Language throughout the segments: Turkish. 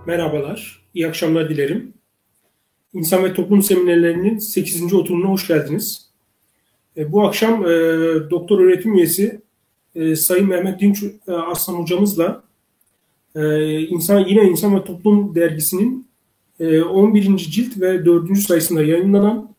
Merhabalar, iyi akşamlar dilerim. İnsan ve Toplum Seminerlerinin 8. oturumuna hoş geldiniz. Bu akşam doktor öğretim üyesi Sayın Mehmet Dinç Aslan hocamızla yine İnsan ve Toplum dergisinin 11. cilt ve 4. sayısında yayınlanan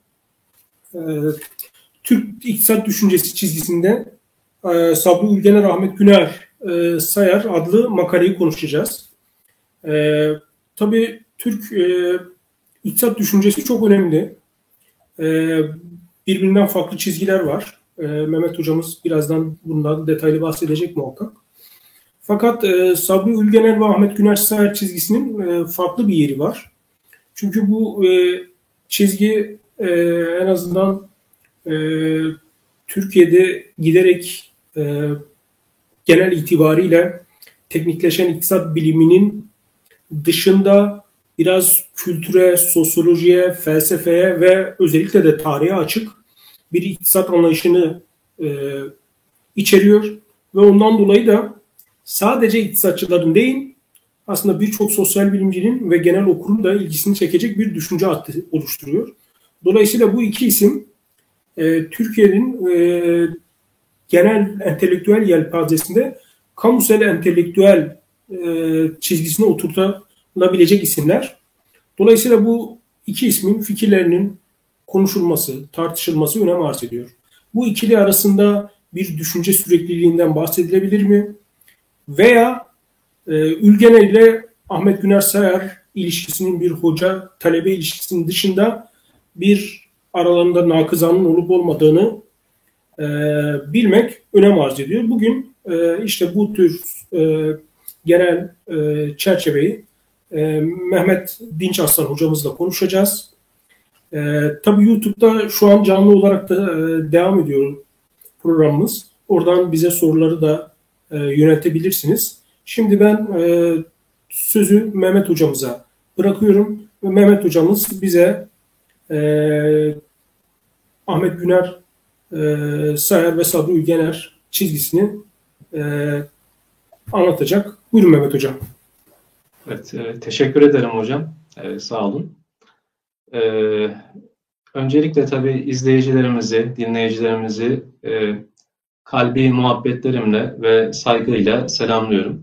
Türk İktisat Düşüncesi çizgisinde Sabri Ülgener, Ahmet Güner Sayar adlı makaleyi konuşacağız. Tabii Türk iktisat düşüncesi çok önemli. Birbirinden farklı çizgiler var. Mehmet hocamız birazdan bundan detaylı bahsedecek muhakkak. Fakat Sabri Ülgener ve Ahmet Güner Sayar çizgisinin farklı bir yeri var. Çünkü bu çizgi en azından Türkiye'de giderek genel itibariyle teknikleşen iktisat biliminin dışında biraz kültüre, sosyolojiye, felsefeye ve özellikle de tarihe açık bir iktisat anlayışını içeriyor. Ve ondan dolayı da sadece iktisatçıların değil, aslında birçok sosyal bilimcinin ve genel okurun da ilgisini çekecek bir düşünce hattı oluşturuyor. Dolayısıyla bu iki isim Türkiye'nin genel entelektüel yelpazesinde kamusal entelektüel çizgisine oturtulabilecek isimler. Dolayısıyla bu iki ismin fikirlerinin konuşulması, tartışılması önem arz ediyor. Bu ikili arasında bir düşünce sürekliliğinden bahsedilebilir mi? Veya Ülgener ile Ahmet Güner Sayar ilişkisinin bir hoca-talebe ilişkisinin dışında bir aralarında nakızanın olup olmadığını bilmek önem arz ediyor. Bugün işte bu tür genel çerçeveyi Mehmet Dinç Aslan hocamızla konuşacağız. Tabii YouTube'da şu an canlı olarak da devam ediyor programımız. Oradan bize soruları da yöneltebilirsiniz. Şimdi ben sözü Mehmet hocamıza bırakıyorum. Ve Mehmet hocamız bize Ahmet Güner Sayar ve Sabri Ülgener çizgisini anlatacak. Buyurun Mehmet hocam. Evet, teşekkür ederim hocam. Sağ olun. Öncelikle tabii izleyicilerimizi, dinleyicilerimizi kalbi muhabbetlerimle ve saygıyla selamlıyorum.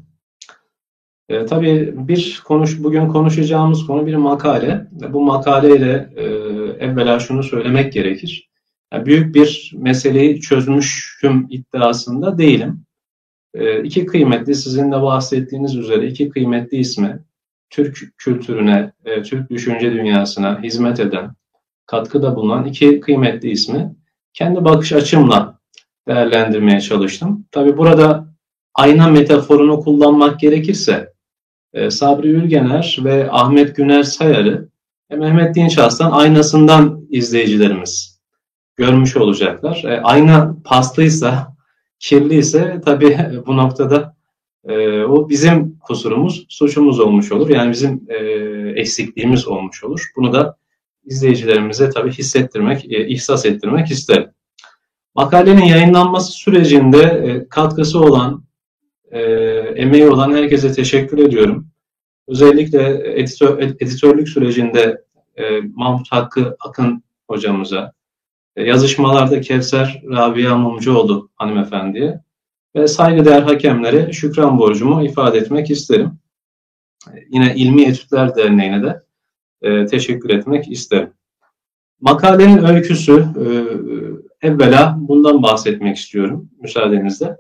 Tabii bugün konuşacağımız konu bir makale. Bu makaleyle evvela şunu söylemek gerekir. Büyük bir meseleyi çözmüşüm iddiasında değilim. İki kıymetli, sizin de bahsettiğiniz üzere iki kıymetli ismi Türk kültürüne, Türk düşünce dünyasına hizmet eden, katkıda bulunan iki kıymetli ismi kendi bakış açımla değerlendirmeye çalıştım. Tabii burada ayna metaforunu kullanmak gerekirse Sabri Ülgener ve Ahmet Güner Sayar'ı Mehmet Dinç Aslan aynasından izleyicilerimiz görmüş olacaklar. Ayna paslıysa, kirliyse tabii bu noktada o bizim kusurumuz, suçumuz olmuş olur. Yani bizim eksikliğimiz olmuş olur. Bunu da izleyicilerimize tabii hissettirmek, ihsas ettirmek isterim. Makalenin yayınlanması sürecinde katkısı olan, emeği olan herkese teşekkür ediyorum. Özellikle editörlük sürecinde Mahmut Hakkı Akın hocamıza, yazışmalarda Kevser Rabia Mumcuoğlu hanımefendiye ve saygıdeğer hakemlere şükran borcumu ifade etmek isterim. Yine İlmi Etütler Derneği'ne de teşekkür etmek isterim. Makalenin öyküsü, evvela bundan bahsetmek istiyorum müsaadenizle.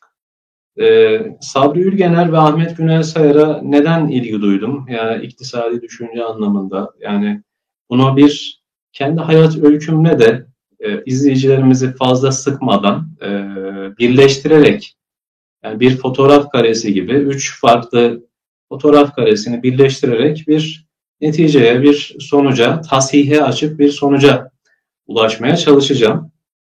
Sabri Ülgener ve Ahmet Güner Sayar'a neden ilgi duydum? Yani iktisadi düşünce anlamında. Yani bunu bir kendi hayat öykümle de izleyicilerimizi fazla sıkmadan birleştirerek, yani bir fotoğraf karesi gibi 3 farklı fotoğraf karesini birleştirerek bir neticeye, bir sonuca, tasihe açık bir sonuca ulaşmaya çalışacağım.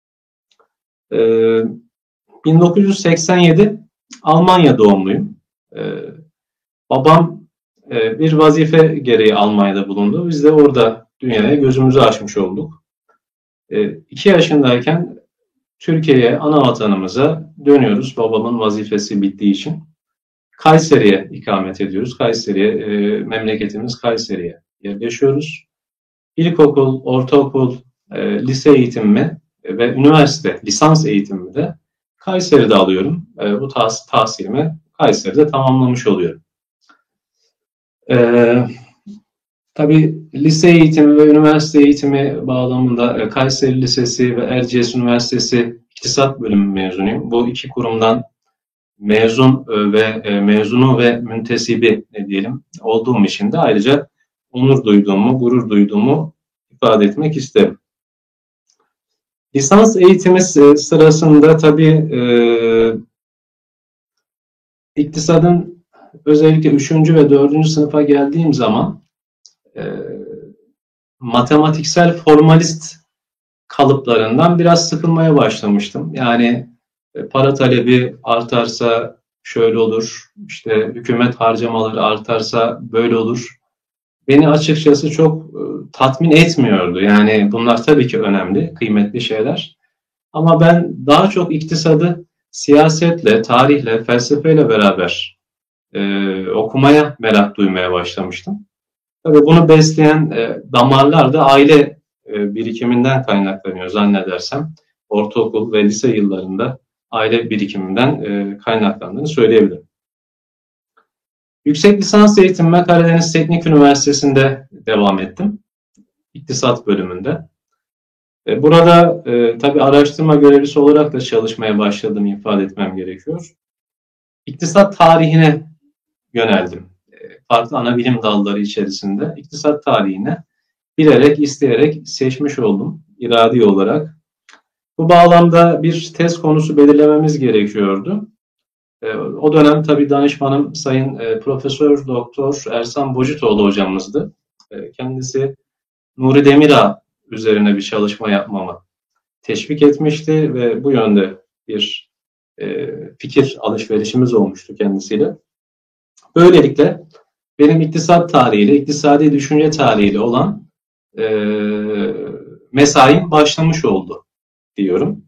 1987 Almanya doğumluyum. Babam bir vazife gereği Almanya'da bulundu. Biz de orada dünyaya gözümüzü açmış olduk. 2 yaşındayken Türkiye'ye, ana vatanımıza dönüyoruz babamın vazifesi bittiği için. Kayseri'ye ikamet ediyoruz. Kayseri'ye, memleketimiz Kayseri'ye yerleşiyoruz. İlkokul, ortaokul, lise eğitimimi ve üniversite, lisans eğitimimi de Kayseri'de alıyorum. Bu tahsilimi Kayseri'de tamamlamış oluyorum. Tabii lise eğitimi ve üniversite eğitimi bağlamında Kayseri Lisesi ve Erciyes Üniversitesi İktisat Bölümü mezunuyum. Bu iki kurumdan mezun ve mezunu ve müntesibi diyelim olduğum için de ayrıca onur duyduğumu, gurur duyduğumu ifade etmek isterim. Lisans eğitimi sırasında tabii iktisadın özellikle 3. ve 4. sınıfa geldiğim zaman matematiksel formalist kalıplarından biraz sıkılmaya başlamıştım. Yani para talebi artarsa şöyle olur, işte hükümet harcamaları artarsa böyle olur. Beni açıkçası çok tatmin etmiyordu. Yani bunlar tabii ki önemli, kıymetli şeyler. Ama ben daha çok iktisadı siyasetle, tarihle, felsefeyle beraber okumaya merak duymaya başlamıştım. Tabii bunu besleyen damarlar da aile birikiminden kaynaklanıyor zannedersem. Ortaokul ve lise yıllarında aile birikiminden kaynaklandığını söyleyebilirim. Yüksek lisans eğitimime Karadeniz Teknik Üniversitesi'nde devam ettim. İktisat bölümünde. Burada tabii araştırma görevlisi olarak da çalışmaya başladığımı ifade etmem gerekiyor. İktisat tarihine yöneldim. Farklı ana bilim dalları içerisinde iktisat tarihine bilerek, isteyerek seçmiş oldum iradi olarak. Bu bağlamda bir tez konusu belirlememiz gerekiyordu. O dönem tabii danışmanım Sayın Profesör Doktor Ersan Bocitoğlu hocamızdı. Kendisi Nuri Demirağ üzerine bir çalışma yapmamı teşvik etmişti ve bu yönde bir fikir alışverişimiz olmuştu kendisiyle. Böylelikle benim iktisat tarihiyle, iktisadi düşünce tarihiyle olan mesaim başlamış oldu diyorum.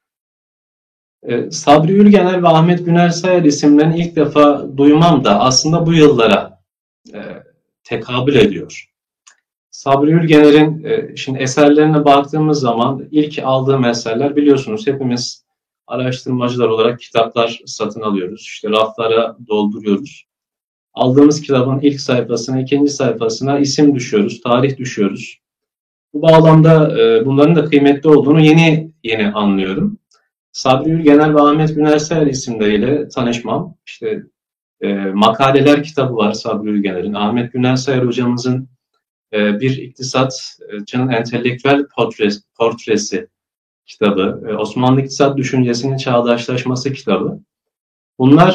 Sabri Ülgener ve Ahmet Güner Sayar isimlerini ilk defa duymam da aslında bu yıllara tekabül ediyor. Sabri Ülgener'in şimdi eserlerine baktığımız zaman ilk aldığım eserler biliyorsunuz hepimiz araştırmacılar olarak kitaplar satın alıyoruz. İşte raflara dolduruyoruz. Aldığımız kitabın ilk sayfasına, ikinci sayfasına isim düşüyoruz, tarih düşüyoruz. Bu bağlamda bunların da kıymetli olduğunu yeni anlıyorum. Sabri Ülgener ve Ahmet Güner Sayar isimleriyle tanışmam. İşte makaleler kitabı var Sabri Ülgener'in. Ahmet Güner Sayar hocamızın bir iktisatçının entelektüel portresi kitabı, Osmanlı İktisat Düşüncesi'nin Çağdaşlaşması kitabı. Bunlar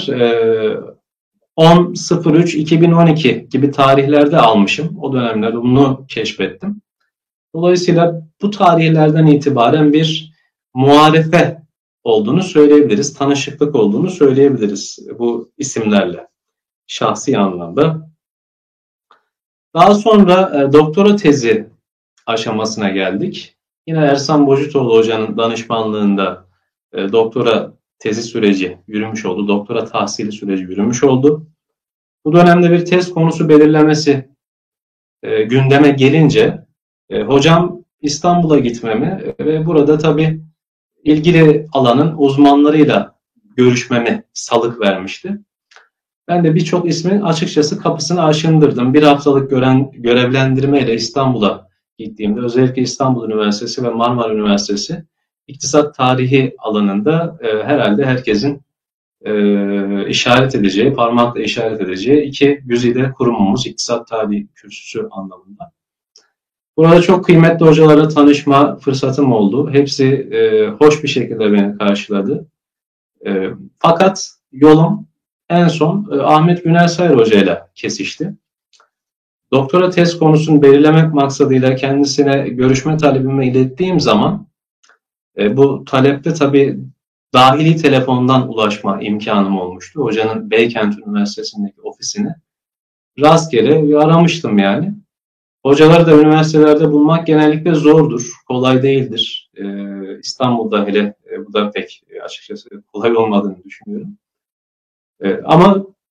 10.03.2012 gibi tarihlerde almışım. O dönemlerde bunu keşfettim. Dolayısıyla bu tarihlerden itibaren bir muarefe olduğunu söyleyebiliriz. Tanışıklık olduğunu söyleyebiliriz bu isimlerle. Şahsi anlamda. Daha sonra doktora tezi aşamasına geldik. Yine Ersan Bocitoğlu hocanın danışmanlığında doktora tezi süreci yürümüş oldu. Doktora tahsili süreci yürümüş oldu. Bu dönemde bir tez konusu belirlemesi gündeme gelince hocam İstanbul'a gitmemi ve burada tabii ilgili alanın uzmanlarıyla görüşmemi salık vermişti. Ben de birçok ismin açıkçası kapısını aşındırdım. Bir haftalık görevlendirmeyle İstanbul'a gittiğimde özellikle İstanbul Üniversitesi ve Marmara Üniversitesi iktisat tarihi alanında herhalde herkesin işaret edeceği, parmakla işaret edeceği iki güzide kurumumuz iktisat tarihi kürsüsü anlamında. Burada çok kıymetli hocalarla tanışma fırsatım oldu. Hepsi hoş bir şekilde beni karşıladı. Fakat yolum en son Ahmet Güner Sayar Hoca ile kesişti. Doktora tez konusunu belirlemek maksadıyla kendisine görüşme talebimi ilettiğim zaman bu talepte tabii dahili telefondan ulaşma imkanım olmuştu. Hocanın Beykent Üniversitesi'ndeki ofisini rastgele aramıştım yani. Hocaları da üniversitelerde bulmak genellikle zordur, kolay değildir. İstanbul'da hele bu da pek açıkçası kolay olmadığını düşünüyorum. Ama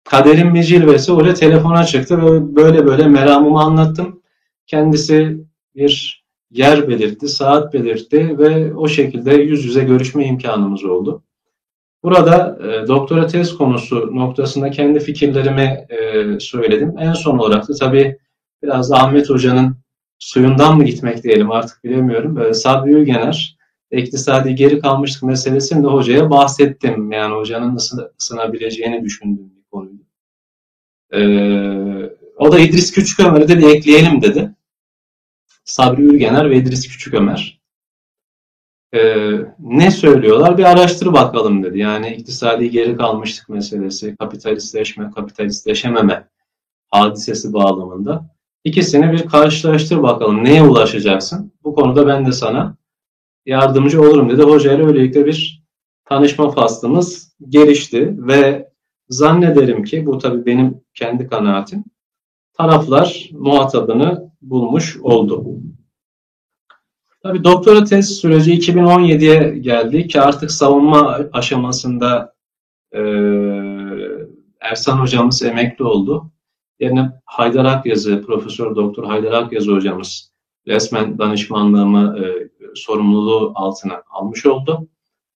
kaderin bir cilvesi oraya telefona çıktı ve böyle meramımı anlattım. Kendisi bir yer belirtti, saat belirtti ve o şekilde yüz yüze görüşme imkanımız oldu. Burada doktora tez konusu noktasında kendi fikirlerimi söyledim. En son olarak da tabii biraz da Ahmet Hoca'nın suyundan mı gitmek diyelim artık bilemiyorum. Sabri Ülgener, iktisadi geri kalmışlık meselesini de hocaya bahsettim. Yani hocanın ısınabileceğini düşündüğüm bir konuydu. O da İdris Küçükömer'i de bir ekleyelim dedi. Sabri Ülgener ve İdris Küçükömer. Ne söylüyorlar? Bir araştır bakalım dedi. Yani iktisadi geri kalmışlık meselesi, kapitalistleşme, kapitalistleşememe hadisesi bağlamında. İkisini bir karşılaştır bakalım. Neye ulaşacaksın? Bu konuda ben de sana yardımcı olurum dedi. Hocayla öylelikle bir tanışma faslımız gelişti ve zannederim ki bu tabii benim kendi kanaatim. Taraflar muhatabını bulmuş oldu. Tabii doktora tez süreci 2017'ye geldi ki artık savunma aşamasında Ersan hocamız emekli oldu. Yerine Haydar Akyazı, Profesör Doktor Haydar Akyazı hocamız resmen danışmanlığımı sorumluluğu altına almış oldu.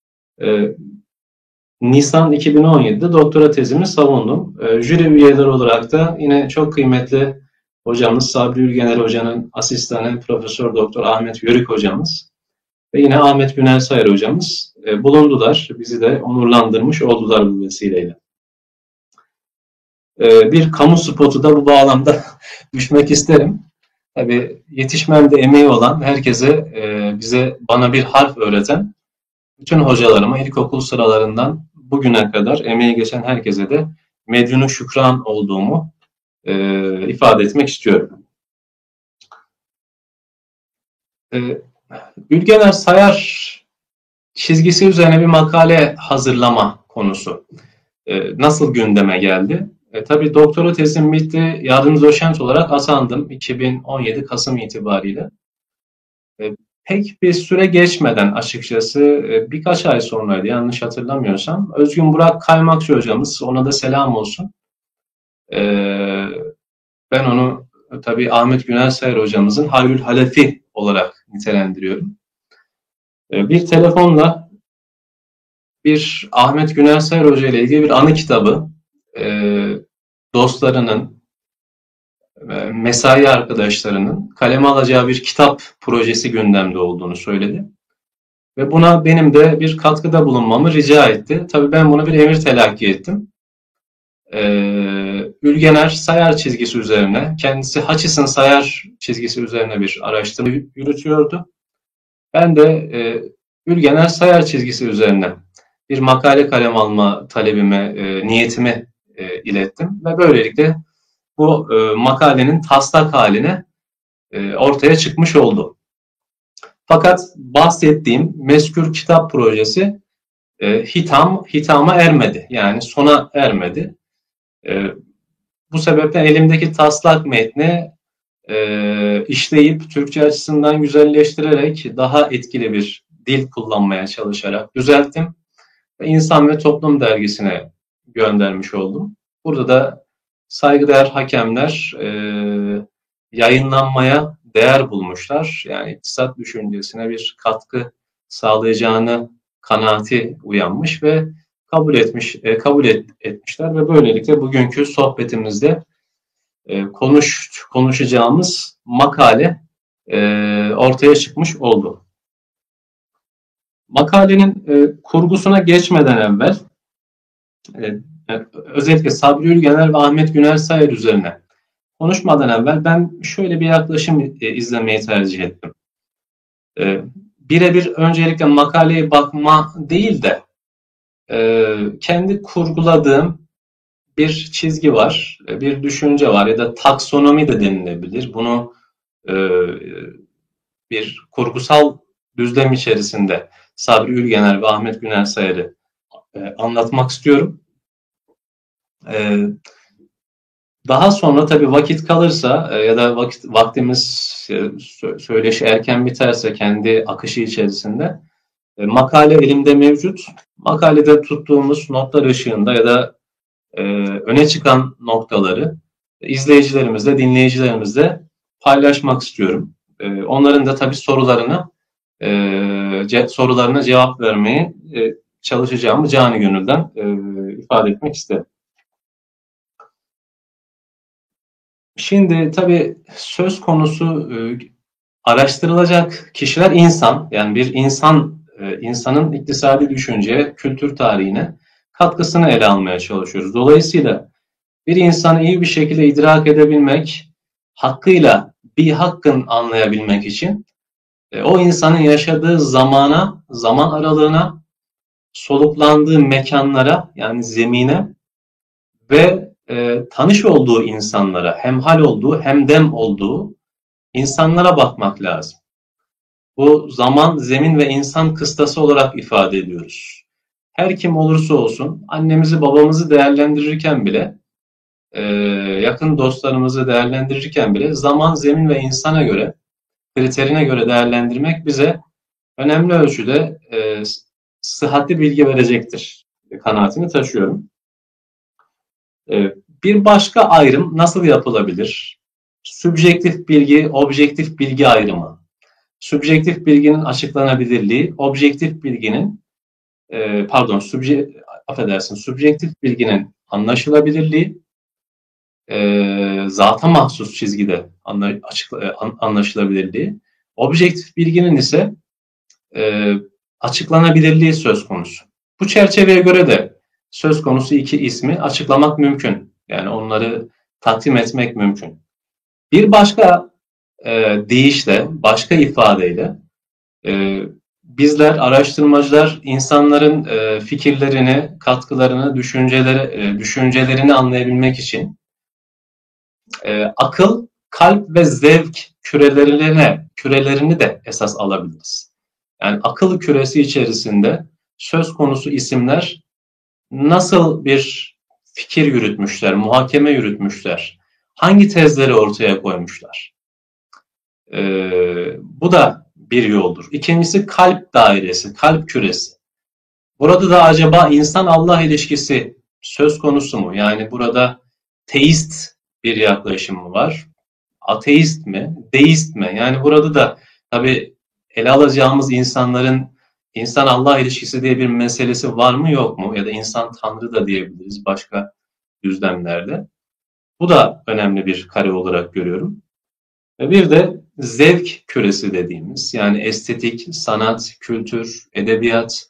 Nisan 2017'de doktora tezimi savundum. Jüri üyeleri olarak da yine çok kıymetli hocamız Sabri Ülgener hocanın asistanı Profesör Doktor Ahmet Yörük hocamız ve yine Ahmet Günel Sayar hocamız bulundular. Bizi de onurlandırmış oldular bu vesileyle. Bir kamu spotu da bu bağlamda düşmek isterim. Tabii yetişmemde emeği olan herkese, bana bir harf öğreten bütün hocalarıma ilkokul sıralarından bugüne kadar emeği geçen herkese de medyunu şükran olduğumu ifade etmek istiyorum. Ülgener Sayar çizgisi üzerine bir makale hazırlama konusu nasıl gündeme geldi? Tabii doktora tezim bitti, yardımcı doçent olarak atandım 2017 Kasım itibariyle. Pek bir süre geçmeden açıkçası birkaç ay sonraydı yanlış hatırlamıyorsam. Özgün Burak Kaymakçı hocamız, ona da selam olsun. Ben onu tabii Ahmet Günel Sayar hocamızın Hayrül Halefi olarak nitelendiriyorum. Bir telefonla bir Ahmet Günel Sayar Hoca ile ilgili bir anı kitabı dostlarının, mesai arkadaşlarının kaleme alacağı bir kitap projesi gündemde olduğunu söyledi. Ve buna benim de bir katkıda bulunmamı rica etti. Tabii ben bunu bir emir telakki ettim. Ülgener Sayar çizgisi üzerine, kendisi Hutchison Sayar çizgisi üzerine bir araştırma yürütüyordu. Ben de Ülgener Sayar çizgisi üzerine bir makale kalem alma talebimi, niyetimi ilettim. Ve böylelikle bu makalenin taslak haline ortaya çıkmış oldu. Fakat bahsettiğim mezkür kitap projesi hitama ermedi. Yani sona ermedi. Bu sebeple elimdeki taslak metni işleyip Türkçe açısından güzelleştirerek daha etkili bir dil kullanmaya çalışarak düzelttim. Ve İnsan ve Toplum dergisine göndermiş oldum. Burada da saygıdeğer hakemler yayınlanmaya değer bulmuşlar. Yani iktisat düşüncesine bir katkı sağlayacağını kanaati uyanmış ve kabul etmişler ve böylelikle bugünkü sohbetimizde konuşacağımız makale ortaya çıkmış oldu. Makalenin kurgusuna geçmeden evvel özellikle Sabri Ülgener ve Ahmet Günel Sayar üzerine konuşmadan evvel ben şöyle bir yaklaşım izlemeyi tercih ettim. Birebir öncelikle makaleye bakma değil de kendi kurguladığım bir çizgi var, bir düşünce var ya da taksonomi de denilebilir. Bunu bir kurgusal düzlem içerisinde Sabri Ülgener ve Ahmet Günel Sayar'ı anlatmak istiyorum. Daha sonra tabii vakit kalırsa ya da vaktimiz söyleşi erken biterse kendi akışı içerisinde makale elimde mevcut. Makalede tuttuğumuz notlar ışığında ya da öne çıkan noktaları izleyicilerimizle, dinleyicilerimizle paylaşmak istiyorum. Onların da tabii sorularına cevap vermeye çalışacağımı canı gönülden ifade etmek isterim. Şimdi tabii söz konusu araştırılacak kişiler insan, yani bir insanın iktisadi düşünceye, kültür tarihine katkısını ele almaya çalışıyoruz. Dolayısıyla bir insanı iyi bir şekilde idrak edebilmek, hakkıyla bir hakkın anlayabilmek için o insanın yaşadığı zaman aralığına, soluklandığı mekanlara, yani zemine ve tanış olduğu insanlara, hemhal olduğu, hemdem olduğu insanlara bakmak lazım. Bu zaman, zemin ve insan kıstası olarak ifade ediyoruz. Her kim olursa olsun annemizi babamızı değerlendirirken bile, yakın dostlarımızı değerlendirirken bile zaman, zemin ve insana göre, kriterine göre değerlendirmek bize önemli ölçüde sıhhatli bilgi verecektir kanaatini taşıyorum. Bir başka ayrım nasıl yapılabilir? Sübjektif bilgi, objektif bilgi ayrımı. Sübjektif bilginin açıklanabilirliği, objektif bilginin sübjektif bilginin anlaşılabilirliği, zata mahsus çizgide anlaşılabilirliği, objektif bilginin ise açıklanabilirliği söz konusu. Bu çerçeveye göre de söz konusu iki ismi açıklamak mümkün. Yani onları takdim etmek mümkün. Bir başka deyişle, başka ifadeyle bizler, araştırmacılar, insanların fikirlerini, katkılarını, düşüncelerini anlayabilmek için akıl, kalp ve zevk kürelerini de esas alabiliriz. Yani akıl küresi içerisinde söz konusu isimler nasıl bir fikir yürütmüşler, muhakeme yürütmüşler, hangi tezleri ortaya koymuşlar. Bu da bir yoldur. İkincisi kalp dairesi, kalp küresi. Burada da acaba insan-Allah ilişkisi söz konusu mu? Yani burada teist bir yaklaşım mı var? Ateist mi? Deist mi? Yani burada da tabii ele alacağımız insanların insan-Allah ilişkisi diye bir meselesi var mı yok mu? Ya da insan-Tanrı da diyebiliriz başka düzlemlerde. Bu da önemli bir kare olarak görüyorum. Ve bir de zevk küresi dediğimiz, yani estetik, sanat, kültür, edebiyat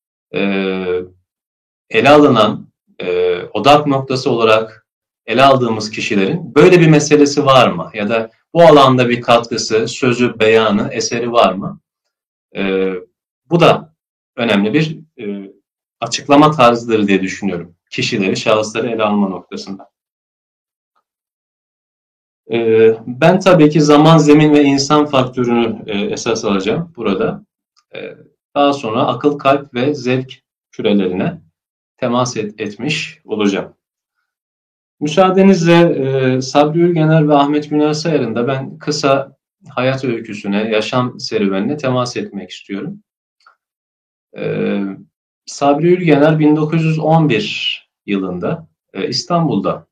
ele alınan odak noktası olarak ele aldığımız kişilerin böyle bir meselesi var mı? Ya da bu alanda bir katkısı, sözü, beyanı, eseri var mı? Bu da önemli bir açıklama tarzıdır diye düşünüyorum. Kişileri, şahısları ele alma noktasında. Ben tabii ki zaman, zemin ve insan faktörünü esas alacağım burada. Daha sonra akıl, kalp ve zevk kürelerine temas etmiş olacağım. Müsaadenizle Sabri Ülgener ve Ahmet Günel Sayar'ın da ben kısa hayat öyküsüne, yaşam serüvenine temas etmek istiyorum. Sabri Ülgener 1911 yılında İstanbul'da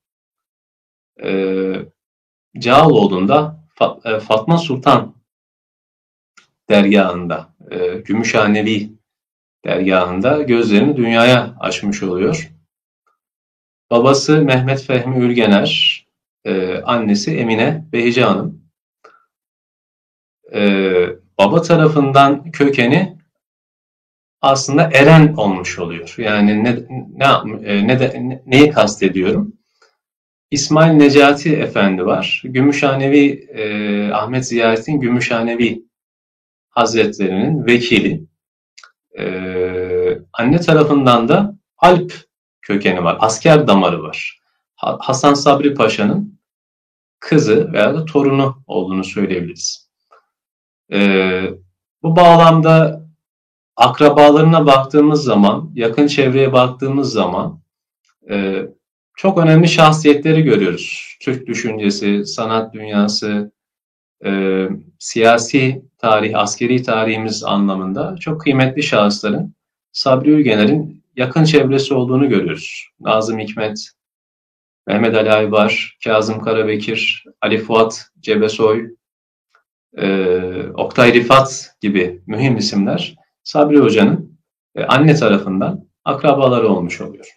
Cağaloğlu'nda Fatma Sultan dergahında, Gümüşhanevi dergahında gözlerini dünyaya açmış oluyor. Babası Mehmet Fehmi Ülgener, annesi Emine Behice Hanım. Baba tarafından kökeni aslında Eren olmuş oluyor. Yani neyi kastediyorum? İsmail Necati Efendi var. Gümüşhanevi, Ahmet Ziyarettin Gümüşhanevi Hazretlerinin vekili. Anne tarafından da Alp kökeni var. Asker damarı var. Hasan Sabri Paşa'nın kızı veya da torunu olduğunu söyleyebiliriz. Bu bağlamda akrabalarına baktığımız zaman, yakın çevreye baktığımız zaman çok önemli şahsiyetleri görüyoruz. Türk düşüncesi, sanat dünyası, siyasi tarih, askeri tarihimiz anlamında çok kıymetli şahısların Sabri Ülgener'in yakın çevresi olduğunu görüyoruz. Nazım Hikmet, Mehmet Ali Aybar, Kazım Karabekir, Ali Fuat Cebesoy, Oktay Rifat gibi mühim isimler Sabri Hoca'nın anne tarafından akrabaları olmuş oluyor.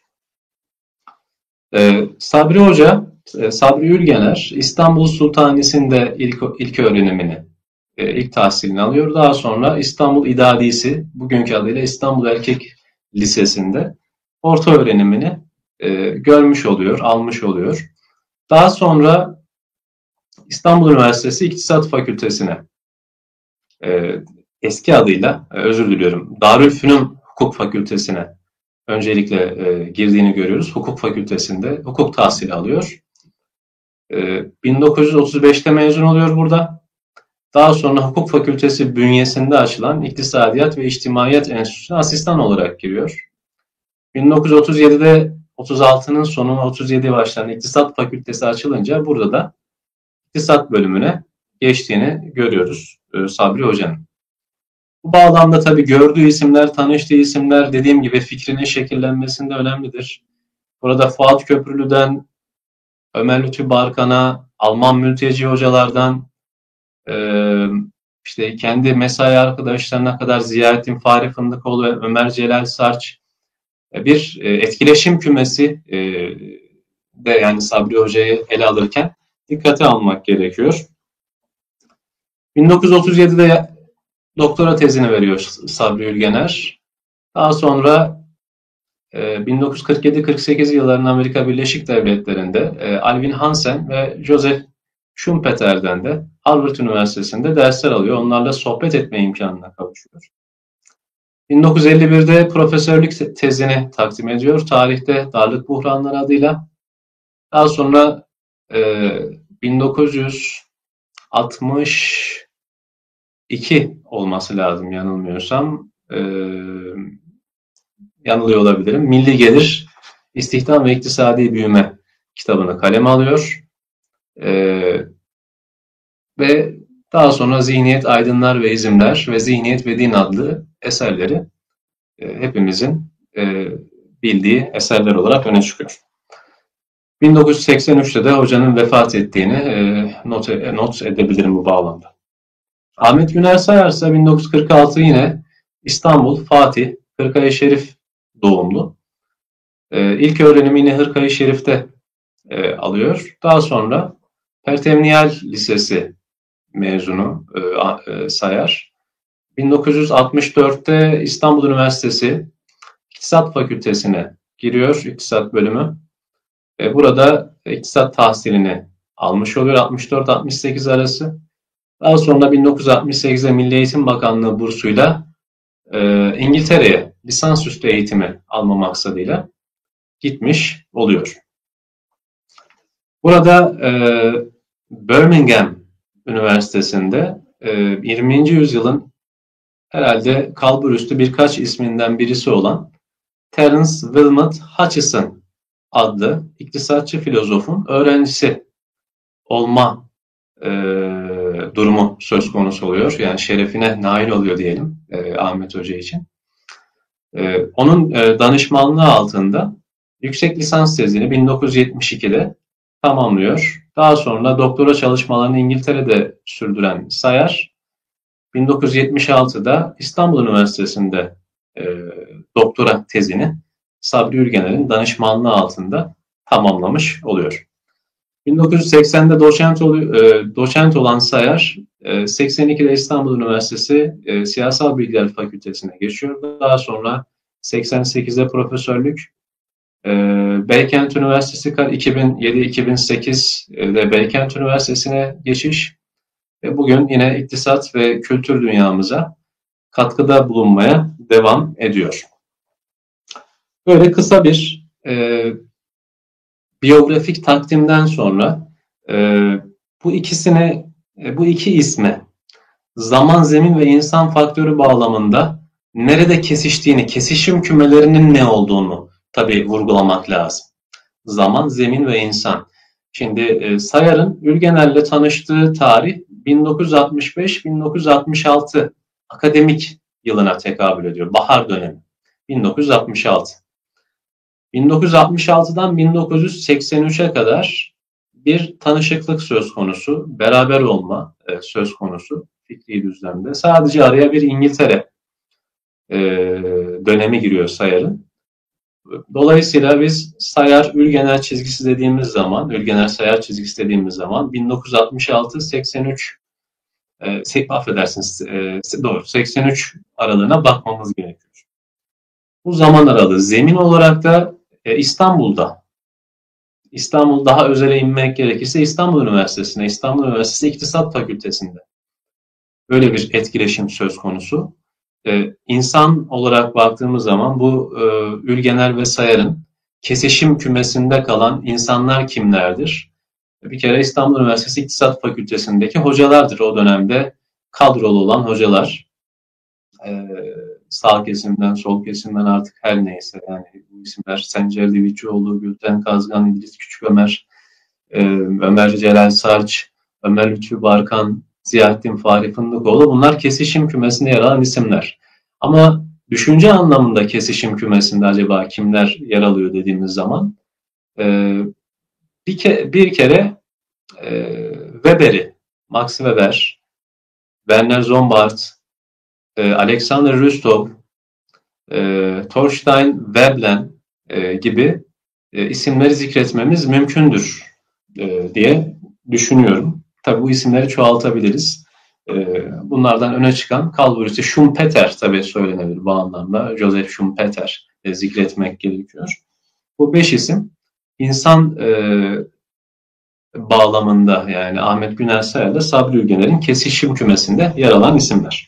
Sabri Hoca, Sabri Ülgener, İstanbul Sultanisi'nde ilk öğrenimini, ilk tahsilini alıyor. Daha sonra İstanbul İdadisi, bugünkü adıyla İstanbul Erkek Lisesi'nde orta öğrenimini görmüş oluyor, almış oluyor. Daha sonra İstanbul Üniversitesi İktisat Fakültesi'ne, eski adıyla, özür diliyorum, Darülfünun Hukuk Fakültesi'ne öncelikle girdiğini görüyoruz. Hukuk Fakültesi'nde hukuk tahsili alıyor. 1935'te mezun oluyor burada. Daha sonra Hukuk Fakültesi bünyesinde açılan İktisadiyat ve İçtimaiyat Enstitüsü'ne asistan olarak giriyor. 1937'de 36'nın sonu 37 başlayan İktisat Fakültesi açılınca burada da İktisat bölümüne geçtiğini görüyoruz Sabri Hoca'nın. Bu bağlamda tabii gördüğü isimler, tanıştığı isimler dediğim gibi fikrinin şekillenmesinde önemlidir. Burada Fuat Köprülü'den, Ömer Lütfü Barkan'a, Alman mülteci hocalardan, işte kendi mesai arkadaşlarına kadar Ziyaettin Fahri Fındıkoğlu ve Ömer Celal Sarç, bir etkileşim kümesi de yani Sabri Hoca'yı ele alırken dikkate almak gerekiyor. 1937'de doktora tezini veriyor Sabri Ülgener. Daha sonra 1947-48 yıllarında Amerika Birleşik Devletleri'nde Alvin Hansen ve Joseph Schumpeter'den de Harvard Üniversitesi'nde dersler alıyor. Onlarla sohbet etme imkanına kavuşuyor. 1951'de profesörlük tezini takdim ediyor. Tarihte Darlık Buhranları adıyla. Daha sonra 1962 olması lazım yanılmıyorsam. Yanılıyor olabilirim. Milli Gelir, İstihdam ve İktisadi Büyüme kitabını kaleme alıyor. Ve daha sonra Zihniyet, Aydınlar ve İzimler ve Zihniyet ve Din adlı eserleri hepimizin bildiği eserler olarak öne çıkıyor. 1983'te de hocanın vefat ettiğini not edebilirim bu bağlamda. Ahmet Güner Sayar ise 1946 yine İstanbul, Fatih, Hırkaya Şerif doğumlu. İlk öğrenimini Hırkaya Şerif'te alıyor. Daha sonra Pertemniyal Lisesi mezunu Sayar. 1964'te İstanbul Üniversitesi İktisat Fakültesi'ne giriyor, İktisat bölümü. Burada iktisat tahsilini almış oluyor 64-68 arası. Daha sonra 1968'de Milli Eğitim Bakanlığı bursuyla İngiltere'ye lisansüstü eğitimi alma maksadıyla gitmiş oluyor. Burada Birmingham Üniversitesi'nde 20. yüzyılın herhalde kalburüstü birkaç isminden birisi olan Terence Wilmot Hutchison adlı iktisatçı filozofun öğrencisi olma durumu söz konusu oluyor. Yani şerefine nail oluyor diyelim Ahmet Hoca için. Onun danışmanlığı altında yüksek lisans tezini 1972'de tamamlıyor. Daha sonra doktora çalışmalarını İngiltere'de sürdüren Sayar, 1976'da İstanbul Üniversitesi'nde doktora tezini Sabri Ülgener'in danışmanlığı altında tamamlamış oluyor. 1980'de doçent olan Sayar, 82'de İstanbul Üniversitesi Siyasal Bilgiler Fakültesi'ne geçiyor. Daha sonra 88'de profesörlük, Beykent Üniversitesi 2007-2008'de Beykent Üniversitesi'ne geçiş ve bugün yine iktisat ve kültür dünyamıza katkıda bulunmaya devam ediyor. Böyle kısa bir biyografik takdimden sonra bu iki isme zaman, zemin ve insan faktörü bağlamında nerede kesiştiğini, kesişim kümelerinin ne olduğunu tabii vurgulamak lazım. Zaman, zemin ve insan. Şimdi Sayar'ın Ülgener'le tanıştığı tarih 1965-1966 akademik yılına tekabül ediyor. Bahar dönemi. 1966. 1966'dan 1983'e kadar bir tanışıklık söz konusu, beraber olma söz konusu fikri düzlemde. Sadece araya bir İngiltere dönemi giriyor Sayar'ın. Dolayısıyla biz Sayar-Ülgener çizgisi dediğimiz zaman, Ülgener-Sayar çizgisi dediğimiz zaman 1966-83 affedersiniz, doğru 83 aralığına bakmamız gerekiyor. Bu zaman aralığı zemin olarak da İstanbul'da daha özele inmek gerekirse İstanbul Üniversitesi'ne, İstanbul Üniversitesi İktisat Fakültesi'nde böyle bir etkileşim söz konusu. İnsan olarak baktığımız zaman bu Ülgener ve Sayar'ın kesişim kümesinde kalan insanlar kimlerdir? Bir kere İstanbul Üniversitesi İktisat Fakültesi'ndeki hocalardır. O dönemde kadrolu olan hocalar. Sağ kesimden, sol kesimden artık her neyse. Yani bu isimler Sencer Divicioğlu, Gülten Kazgan, İdris Küçükömer, Ömer Celal Sarç, Ömer Lütfü Barkan, Ziyaettin Fahri Fındıkoğlu, bunlar kesişim kümesinde yer alan isimler. Ama düşünce anlamında kesişim kümesinde acaba kimler yer alıyor dediğimiz zaman bir kere Weber'i, Max Weber, Werner Sombart, Alexander Rustov, Thorstein Veblen gibi isimleri zikretmemiz mümkündür diye düşünüyorum. Tabii bu isimleri çoğaltabiliriz. Bunlardan öne çıkan kalburüstü Schumpeter tabii söylenebilir bu anlamda. Joseph Schumpeter zikretmek gerekiyor. Bu 5 isim insan bağlamında, yani Ahmet Güner Sayar'la Sabri Ülgener'in kesişim kümesinde yer alan isimler.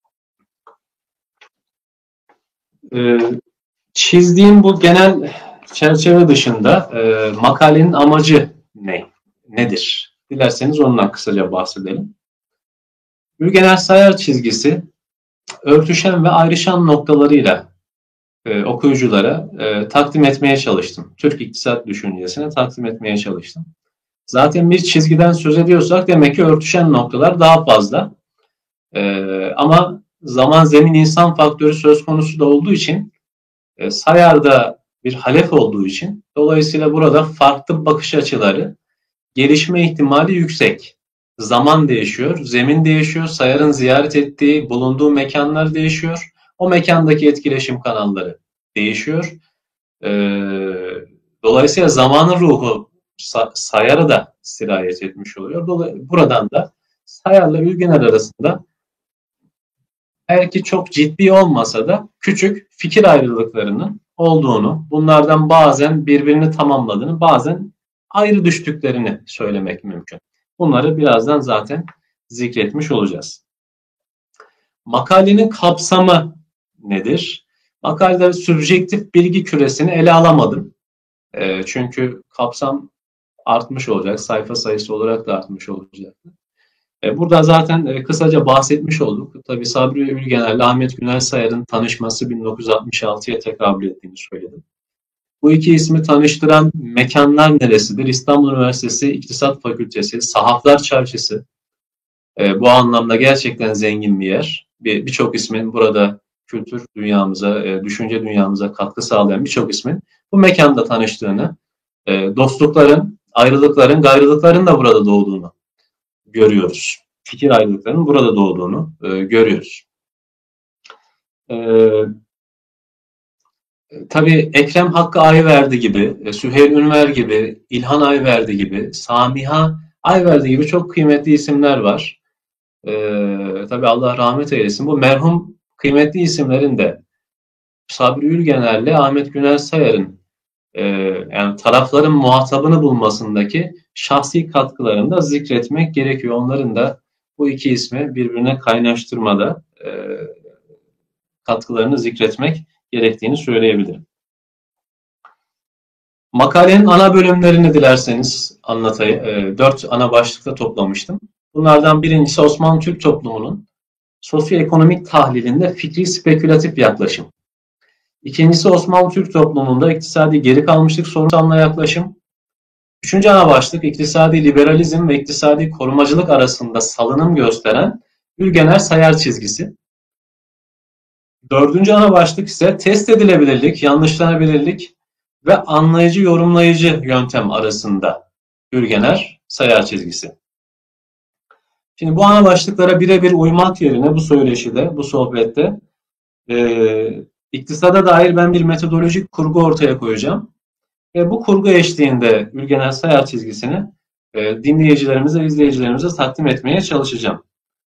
Çizdiğim bu genel çerçeve dışında makalenin amacı nedir? Dilerseniz ondan kısaca bahsedelim. Ülgener Sayar çizgisi örtüşen ve ayrışan noktalarıyla okuyuculara takdim etmeye çalıştım. Türk iktisat düşüncesine takdim etmeye çalıştım. Zaten bir çizgiden söz ediyorsak demek ki örtüşen noktalar daha fazla. Ama zaman, zemin, insan faktörü söz konusu da olduğu için Sayar'da bir halef olduğu için dolayısıyla burada farklı bakış açıları, gelişme ihtimali yüksek. Zaman değişiyor, zemin değişiyor, Sayar'ın ziyaret ettiği, bulunduğu mekanlar değişiyor. O mekandaki etkileşim kanalları değişiyor. Dolayısıyla zamanın ruhu Sayar'a da sirayet etmiş oluyor. Buradan da Sayar'la Ülgener arasında belki çok ciddi olmasa da küçük fikir ayrılıklarının olduğunu, bunlardan bazen birbirini tamamladığını, bazen ayrı düştüklerini söylemek mümkün. Bunları birazdan zaten zikretmiş olacağız. Makalenin kapsamı nedir? Makalede subjektif bilgi küresini ele alamadım. Çünkü kapsam artmış olacak, sayfa sayısı olarak da artmış olacak. Burada zaten kısaca bahsetmiş olduk. Tabii Sabri Ülgener ile Ahmet Güner Sayar'ın tanışması 1966'ya tekabül ettiğini söyledim. Bu iki ismi tanıştıran mekanlar neresidir? İstanbul Üniversitesi İktisat Fakültesi, Sahaflar Çarşısı. Bu anlamda gerçekten zengin bir yer. Birçok ismin burada kültür dünyamıza, düşünce dünyamıza katkı sağlayan birçok ismin bu mekanda tanıştığını, dostlukların, ayrılıkların, gayrılıkların da burada doğduğunu görüyoruz. Fikir ayrılıklarının burada doğduğunu görüyoruz. Tabii Ekrem Hakkı Ayverdi gibi, Süheyl Ünver gibi, İlhan Ayverdi gibi, Samiha Ayverdi gibi çok kıymetli isimler var. Tabii Allah rahmet eylesin. Bu merhum kıymetli isimlerin de Sabri Ülgener'le Ahmet Güner Sayar'ın yani tarafların muhatabını bulmasındaki şahsi katkılarını da zikretmek gerekiyor. Onların da bu iki ismi birbirine kaynaştırmada katkılarını zikretmek gerektiğini söyleyebilirim. Makalenin ana bölümlerini dilerseniz anlatayım. 4 ana başlıkta toplamıştım. Bunlardan birincisi Osmanlı Türk toplumunun sosyoekonomik tahlilinde fikri spekülatif yaklaşım. İkincisi Osmanlı Türk toplumunda iktisadi geri kalmışlık sorunsalına yaklaşım. Üçüncü ana başlık iktisadi liberalizm ve iktisadi korumacılık arasında salınım gösteren Ülgener Sayar çizgisi. Dördüncü ana başlık ise test edilebilirlik, yanlışlanabilirlik ve anlayıcı yorumlayıcı yöntem arasında Ürgener sayar çizgisi. Şimdi bu ana başlıklara birebir uymak yerine bu söyleşide, bu sohbette iktisada dair ben bir metodolojik kurgu ortaya koyacağım. Ve bu kurgu eşliğinde Ürgener sayar çizgisini dinleyicilerimize, izleyicilerimize takdim etmeye çalışacağım.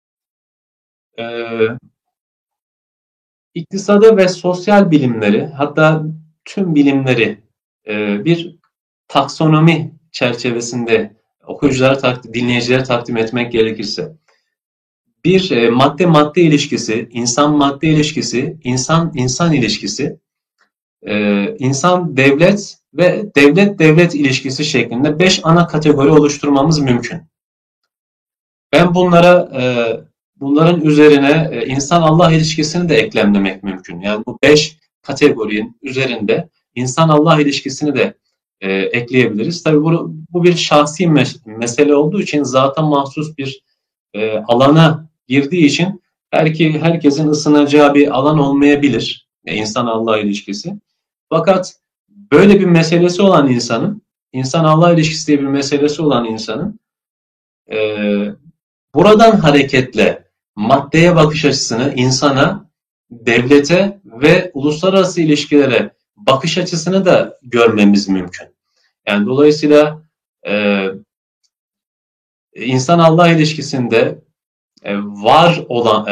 İktisadı ve sosyal bilimleri, hatta tüm bilimleri bir taksonomi çerçevesinde okuyuculara, dinleyicilere takdim etmek gerekirse, bir madde-madde ilişkisi, insan-madde ilişkisi, insan-insan ilişkisi, insan-devlet ve devlet-devlet ilişkisi şeklinde 5 ana kategori oluşturmamız mümkün. Ben bunların üzerine insan-Allah ilişkisini de eklemlemek mümkün. Yani bu 5 kategorinin üzerinde insan-Allah ilişkisini de ekleyebiliriz. Tabii bu bir şahsi mesele olduğu için zaten mahsus bir alana girdiği için belki herkesin ısınacağı bir alan olmayabilir insan-Allah ilişkisi. Fakat böyle bir meselesi olan insanın, insan-Allah ilişkisi diye bir meselesi olan insanın buradan hareketle maddeye bakış açısını, insana, devlete ve uluslararası ilişkilere bakış açısını da görmemiz mümkün. Yani dolayısıyla insan-Allah ilişkisinde var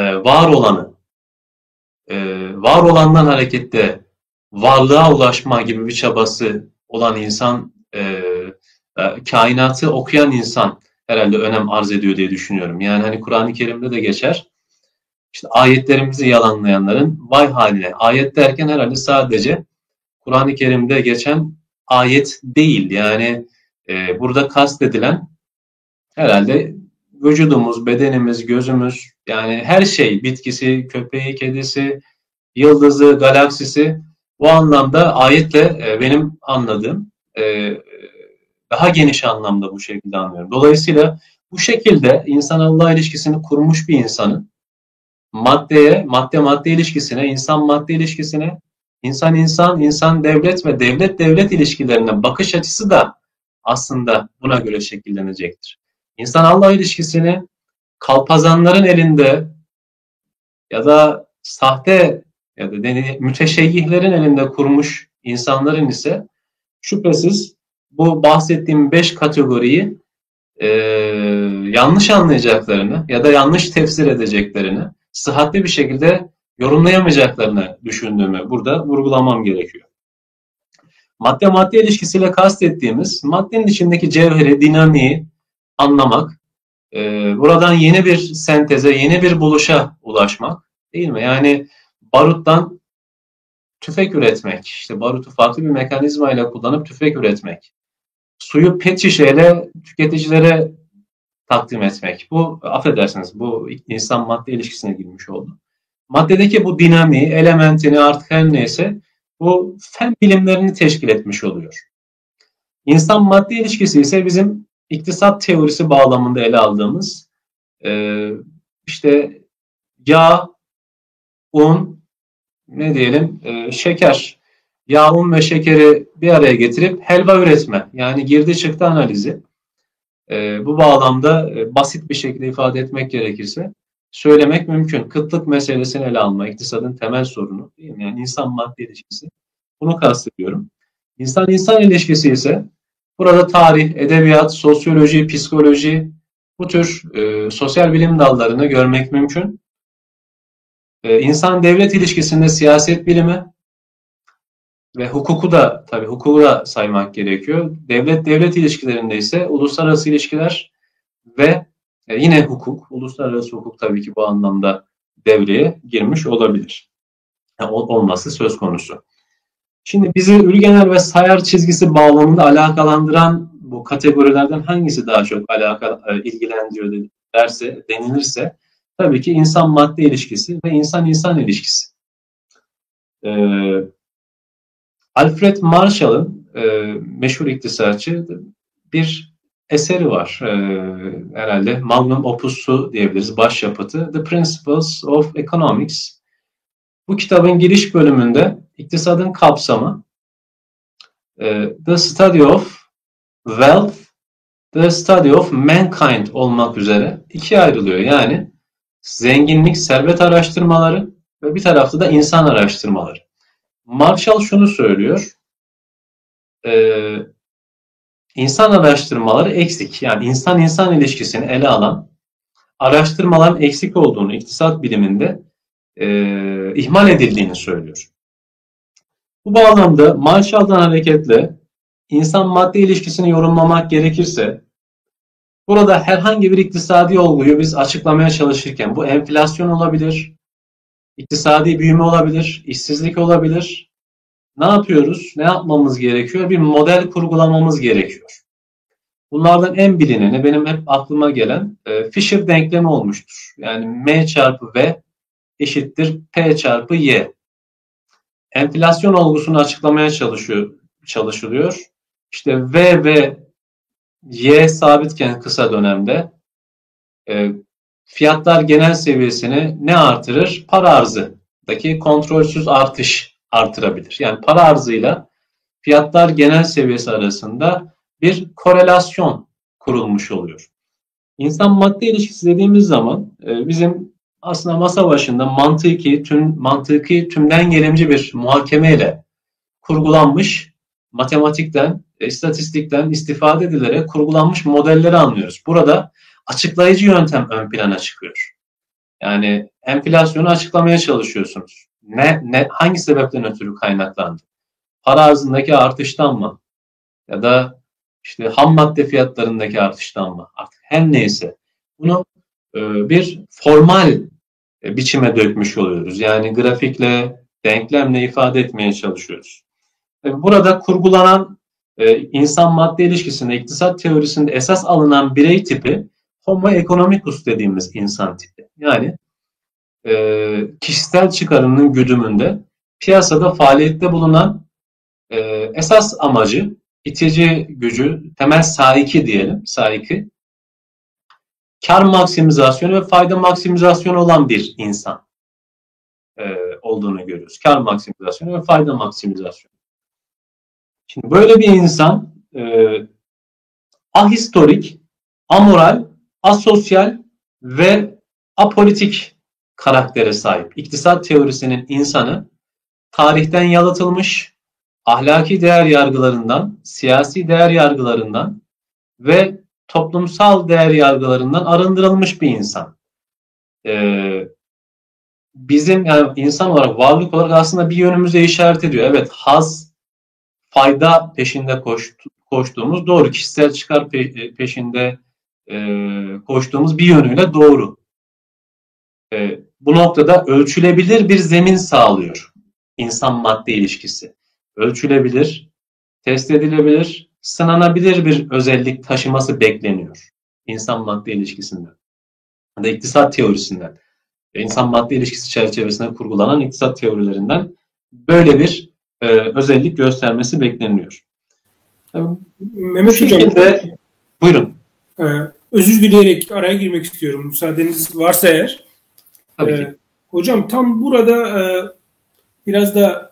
olandan hareketle varlığa ulaşma gibi bir çabası olan insan, kainatı okuyan insan herhalde önem arz ediyor diye düşünüyorum. Yani hani Kur'an-ı Kerim'de de geçer. İşte ayetlerimizi yalanlayanların vay haline. Ayet derken herhalde sadece Kur'an-ı Kerim'de geçen ayet değil. Yani burada kastedilen herhalde vücudumuz, bedenimiz, gözümüz, yani her şey, bitkisi, köpeği, kedisi, yıldızı, galaksisi, bu anlamda ayetle benim anladığım daha geniş anlamda bu şekilde anlıyorum. Dolayısıyla bu şekilde insan-Allah ilişkisini kurmuş bir insanın madde-madde ilişkisine, insan-madde ilişkisine, insan-insan, insan-devlet ve devlet-devlet ilişkilerine bakış açısı da aslında buna göre şekillenecektir. İnsan-Allah ilişkisini kalpazanların elinde ya da sahte ya da müteşeyyihlerin elinde kurmuş insanların ise şüphesiz bu bahsettiğim 5 kategoriyi yanlış anlayacaklarını ya da yanlış tefsir edeceklerini, sıhhatli bir şekilde yorumlayamayacaklarını düşündüğümü burada vurgulamam gerekiyor. Madde-madde ilişkisiyle kastettiğimiz maddenin içindeki cevheri, dinamiği anlamak, buradan yeni bir senteze, yeni bir buluşa ulaşmak, değil mi? Yani baruttan tüfek üretmek, işte barutu farklı bir mekanizma ile kullanıp tüfek üretmek, suyu pet şişeyle tüketicilere takdim etmek. Bu, affedersiniz, bu insan madde ilişkisine girmiş oldu. Maddedeki bu dinamiği, elementini, artık her neyse bu fen bilimlerini teşkil etmiş oluyor. İnsan madde ilişkisi ise bizim iktisat teorisi bağlamında ele aldığımız işte yağ, un, ne diyelim, şeker, yağ, un ve şekeri bir araya getirip helva üretme, yani girdi çıktı analizi. Bu bağlamda basit bir şekilde ifade etmek gerekirse söylemek mümkün. Kıtlık meselesini ele alma, iktisadın temel sorunu, değil mi? Yani insan madde ilişkisi. Bunu kastediyorum. İnsan-insan ilişkisi ise burada tarih, edebiyat, sosyoloji, psikoloji, bu tür sosyal bilim dallarını görmek mümkün. İnsan-devlet ilişkisinde siyaset bilimi ve hukuku da saymak gerekiyor. Devlet-devlet ilişkilerinde ise uluslararası ilişkiler ve yine hukuk, uluslararası hukuk tabii ki bu anlamda devreye girmiş olabilir. Yani olması söz konusu. Şimdi bizi Ürgener ve sayar çizgisi bağlamında alakalandıran bu kategorilerden hangisi daha çok ilgilendiriyor denilirse tabii ki insan-madde ilişkisi ve insan-insan ilişkisi. Alfred Marshall'ın meşhur iktisatçı bir eseri var. Herhalde magnum opus'u diyebiliriz, başyapıtı. The Principles of Economics. Bu kitabın giriş bölümünde iktisadın kapsamı The Study of Wealth, The Study of Mankind olmak üzere ikiye ayrılıyor. Yani zenginlik, servet araştırmaları ve bir tarafta da insan araştırmaları. Marshall şunu söylüyor. İnsan araştırmaları eksik. Yani insan-insan ilişkisini ele alan araştırmaların eksik olduğunu iktisat biliminde ihmal edildiğini söylüyor. Bu bağlamda Marshall'dan hareketle insan-madde ilişkisini yorumlamak gerekirse burada herhangi bir iktisadi olguyu biz açıklamaya çalışırken bu enflasyon olabilir, iktisadi büyüme olabilir, işsizlik olabilir. Ne yapıyoruz? Ne yapmamız gerekiyor? Bir model kurgulamamız gerekiyor. Bunlardan en bilineni benim hep aklıma gelen Fisher denklemi olmuştur. Yani M çarpı V eşittir P çarpı Y. Enflasyon olgusunu açıklamaya çalışılıyor. İşte V ve Y sabitken kısa dönemde fiyatlar genel seviyesini ne artırır? Para arzındaki kontrolsüz artış artırabilir. Yani para arzıyla fiyatlar genel seviyesi arasında bir korelasyon kurulmuş oluyor. İnsan madde ilişkisi dediğimiz zaman bizim aslında masa başında mantıki tümden gelimci bir muhakemeyle kurgulanmış matematikten, istatistikten istifade edilerek kurgulanmış modelleri anlıyoruz. Burada açıklayıcı yöntem ön plana çıkıyor. Yani enflasyonu açıklamaya çalışıyorsunuz. Hangi sebepten ötürü kaynaklandı? Para arzındaki artıştan mı? Ya da işte ham madde fiyatlarındaki artıştan mı? Artık her neyse. Bunu bir formal biçime dökmüş oluyoruz. Yani grafikle, denklemle ifade etmeye çalışıyoruz. Burada kurgulanan insan madde ilişkisinde iktisat teorisinde esas alınan birey tipi Homo economicus dediğimiz insan tipi. Yani kişisel çıkarının güdümünde piyasada faaliyette bulunan esas amacı, itici gücü, temel saiki diyelim, saiki, kar maksimizasyonu ve fayda maksimizasyonu olan bir insan olduğunu görüyoruz. Kar maksimizasyonu ve fayda maksimizasyonu. Şimdi böyle bir insan ahistorik, amoral, asosyal ve apolitik karaktere sahip. İktisat teorisinin insanı tarihten yalıtılmış, ahlaki değer yargılarından, siyasi değer yargılarından ve toplumsal değer yargılarından arındırılmış bir insan. Bizim yani insan olarak, varlık olarak aslında bir yönümüze işaret ediyor. Evet, haz, fayda peşinde koştuğumuz doğru. Kişisel çıkar peşinde koştuğumuz bir yönüyle doğru. Bu noktada ölçülebilir bir zemin sağlıyor insan-madde ilişkisi. Ölçülebilir, test edilebilir, sınanabilir bir özellik taşıması bekleniyor insan-madde ilişkisinden. Ya da iktisat teorisinden. İnsan-madde ilişkisi çerçevesinde kurgulanan iktisat teorilerinden böyle bir özellik göstermesi bekleniyor. Mehmet Hocam, buyurun. Özür dileyerek araya girmek istiyorum. Müsaadeniz varsa eğer. Tabii ki. Hocam tam burada biraz da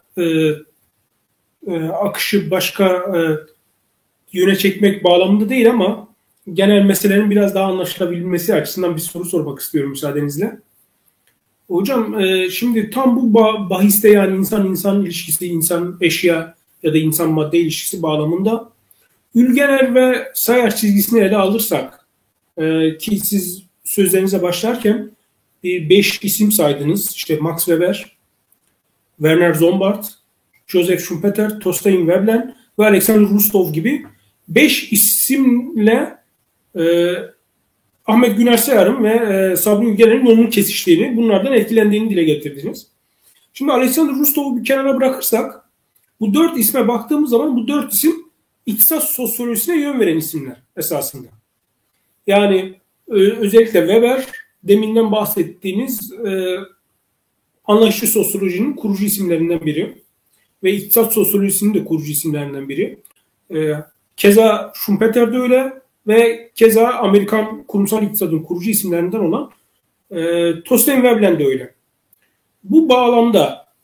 akışı başka yöne çekmek bağlamında değil ama genel meselelerin biraz daha anlaşılabilmesi açısından bir soru sormak istiyorum müsaadenizle. Hocam şimdi tam bu bahiste yani insan-insan ilişkisi, insan-eşya ya da insan-madde ilişkisi bağlamında Ülgener ve Sayar çizgisini ele alırsak ki siz sözlerinize başlarken 5 isim saydınız. İşte Max Weber, Werner Zombart, Joseph Schumpeter, Thorstein Veblen ve Alexander Rustov gibi 5 isimle Ahmet Güner Sayar'ın ve Sabri Ülgener'in yolunun kesiştiğini, bunlardan etkilendiğini dile getirdiniz. Şimdi Alexander Rustov'u bir kenara bırakırsak bu 4 isme baktığımız zaman bu 4 isim iktisat sosyolojisine yön veren isimler esasında. Yani özellikle Weber, deminden bahsettiğiniz anlayışlı sosyolojinin kurucu isimlerinden biri ve iktisat sosyolojisinin de kurucu isimlerinden biri. Keza Schumpeter de öyle ve keza Amerikan kurumsal iktisadın kurucu isimlerinden olan Thorstein Veblen de öyle. Bu bağlamda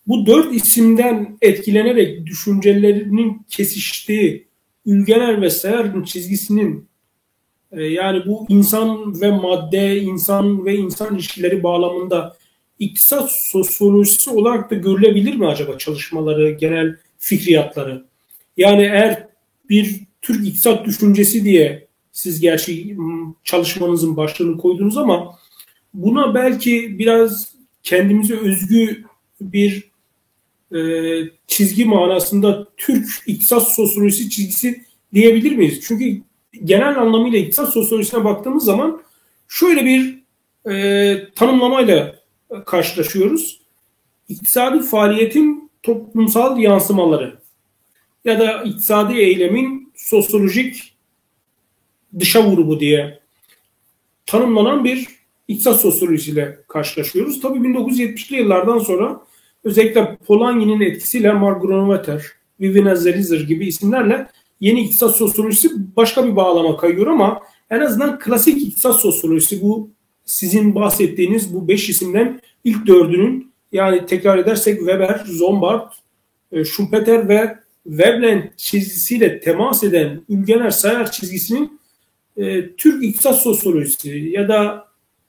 Bu 4 isimden etkilenerek düşüncelerinin kesiştiği Ülgener ve Sayar'ın çizgisinin yani bu insan ve madde, insan ve insan ilişkileri bağlamında iktisat sosyolojisi olarak da görülebilir mi acaba çalışmaları, genel fikriyatları? Yani eğer bir Türk iktisat düşüncesi diye siz gerçi çalışmanızın başlığını koydunuz ama buna belki biraz kendimize özgü bir çizgi manasında Türk iktisat sosyolojisi çizgisi diyebilir miyiz? Çünkü genel anlamıyla iktisat sosyolojisine baktığımız zaman şöyle bir tanımlamayla karşılaşıyoruz. İktisadi faaliyetin toplumsal yansımaları ya da iktisadi eylemin sosyolojik dışa vurumu diye tanımlanan bir iktisat sosyolojisiyle karşılaşıyoruz. Tabii 1970'li yıllardan sonra özellikle Polanyi'nin etkisiyle Mark Granovetter, Viviana Zelizer gibi isimlerle yeni iktisat sosyolojisi başka bir bağlama kayıyor ama en azından klasik iktisat sosyolojisi bu sizin bahsettiğiniz bu 5 isimden ilk 4'ünün yani tekrar edersek Weber, Zombart, Schumpeter ve Veblen çizgisiyle temas eden Ülgener Sayar çizgisinin Türk iktisat sosyolojisi ya da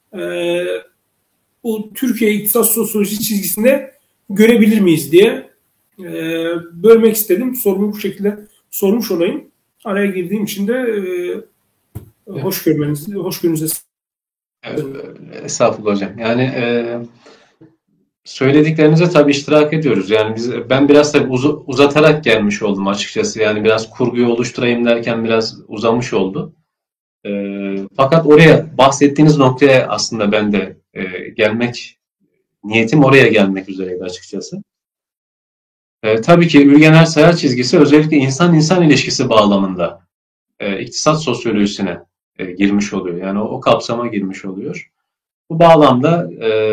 bu Türkiye iktisat sosyolojisi çizgisinde görebilir miyiz diye bölmek istedim. Sorumu bu şekilde sormuş olayım. Araya girdiğim için de hoş görünüze. Estağfurullah hocam. Yani söylediklerinize tabii iştirak ediyoruz. Yani ben biraz tabii uzatarak gelmiş oldum açıkçası. Yani biraz kurguyu oluşturayım derken biraz uzamış oldu. Fakat oraya bahsettiğiniz noktaya aslında ben de niyetim oraya gelmek üzereydi açıkçası. Tabii ki Ülgener Sayar çizgisi özellikle insan-insan ilişkisi bağlamında iktisat sosyolojisine girmiş oluyor. Yani o kapsama girmiş oluyor. Bu bağlamda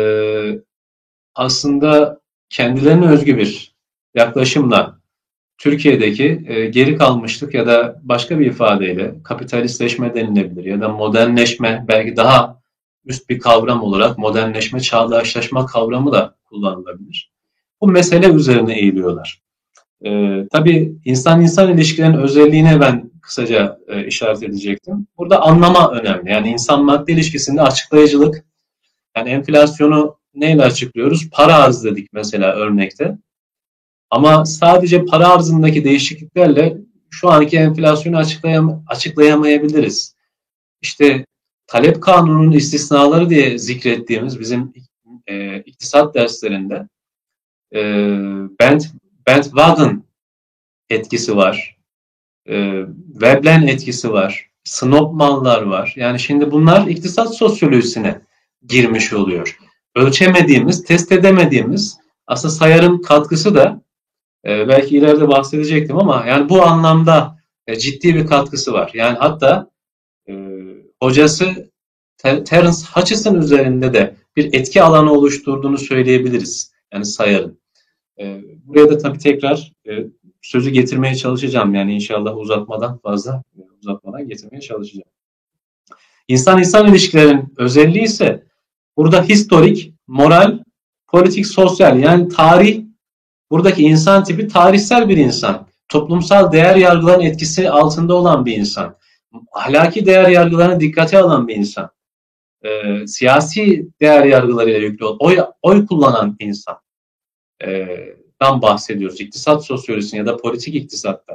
aslında kendilerine özgü bir yaklaşımla Türkiye'deki geri kalmışlık ya da başka bir ifadeyle kapitalistleşme denilebilir ya da modernleşme, belki daha üst bir kavram olarak modernleşme, çağdaşlaşma kavramı da kullanılabilir. Bu mesele üzerine eğiliyorlar. Tabii insan-insan ilişkilerin özelliğine ben kısaca işaret edecektim. Burada anlama önemli. Yani insan-madde ilişkisinde açıklayıcılık, yani enflasyonu neyle açıklıyoruz? Para arz dedik mesela örnekte. Ama sadece para arzındaki değişikliklerle şu anki enflasyonu açıklayamayabiliriz. İşte talep kanununun istisnaları diye zikrettiğimiz bizim iktisat derslerinde Bandwagon etkisi var, Veblen etkisi var, Snopmanlar var. Yani şimdi bunlar iktisat sosyolojisine girmiş oluyor. Ölçemediğimiz, test edemediğimiz, aslında Sayar'ın katkısı da belki ileride bahsedecektim ama yani bu anlamda ciddi bir katkısı var. Yani hatta hocası Terence Hutchison üzerinde de bir etki alanı oluşturduğunu söyleyebiliriz. Yani Sayar'ın. Buraya da tabii tekrar sözü getirmeye çalışacağım. Yani inşallah uzatmadan getirmeye çalışacağım. İnsan-insan ilişkilerin özelliği ise burada historik, moral, politik, sosyal, yani tarih, buradaki insan tipi tarihsel bir insan. Toplumsal değer yargılarının etkisi altında olan bir insan. Ahlaki değer yargılarını dikkate alan bir insan. Siyasi değer yargılarıyla yüklü olan, oy kullanan insan. Dan bahsediyoruz. İktisat sosyolojisinde ya da politik iktisatta.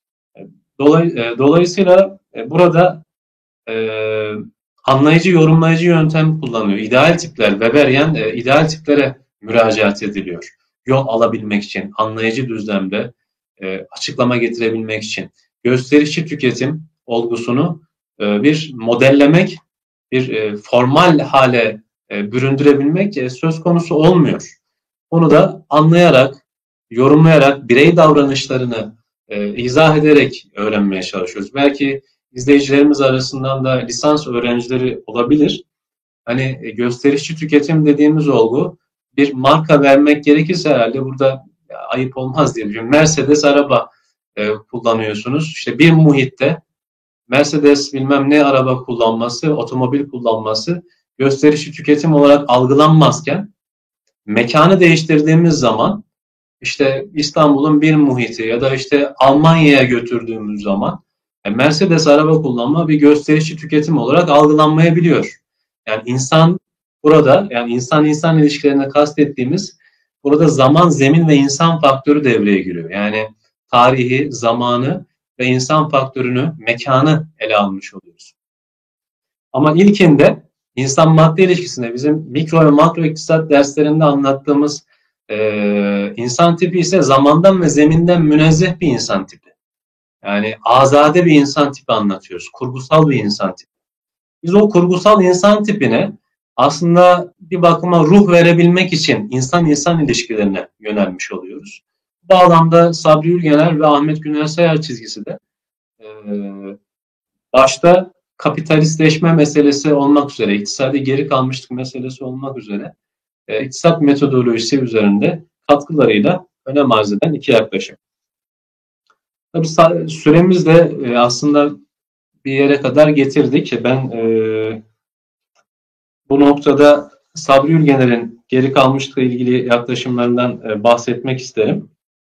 Dolayısıyla burada anlayıcı, yorumlayıcı yöntem kullanıyor. İdeal tipler, Weberian ideal tiplere müracaat ediliyor. Yol alabilmek için, anlayıcı düzlemde açıklama getirebilmek için. Gösterişçi tüketim olgusunu bir modellemek, bir formal hale büründürebilmek söz konusu olmuyor. Onu da anlayarak, yorumlayarak, birey davranışlarını izah ederek öğrenmeye çalışıyoruz. Belki izleyicilerimiz arasından da lisans öğrencileri olabilir. Hani gösterişçi tüketim dediğimiz olgu, bir marka vermek gerekirse herhalde burada ayıp olmaz diye düşünüyorum. Mercedes araba kullanıyorsunuz. İşte bir muhitte Mercedes bilmem ne araba kullanması, otomobil kullanması gösterişçi tüketim olarak algılanmazken mekanı değiştirdiğimiz zaman işte İstanbul'un bir muhiti ya da işte Almanya'ya götürdüğümüz zaman Mercedes araba kullanma bir gösterişçi tüketim olarak algılanmayabiliyor. Yani insan burada, yani insan ilişkilerine kastettiğimiz burada zaman, zemin ve insan faktörü devreye giriyor. Yani tarihi, zamanı ve insan faktörünü, mekanı ele almış oluyoruz. Ama ilkinde insan madde ilişkisinde bizim mikro ve makro iktisat derslerinde anlattığımız insan tipi ise zamandan ve zeminden münezzeh bir insan tipi. Yani azade bir insan tipi anlatıyoruz. Kurgusal bir insan tipi. Biz o kurgusal insan tipine aslında bir bakıma ruh verebilmek için insan ilişkilerine yönelmiş oluyoruz. Bu bağlamda Sabri Ülgener ve Ahmet Güner Sayar çizgisi de başta kapitalistleşme meselesi olmak üzere, iktisadi geri kalmışlık meselesi olmak üzere iktisat metodolojisi üzerinde katkılarıyla önem arz eden iki yaklaşım. Tabii süremiz de aslında bir yere kadar getirdik. Ben bu noktada Sabri Ülgener'in geri kalmışlıkla ilgili yaklaşımlarından bahsetmek isterim.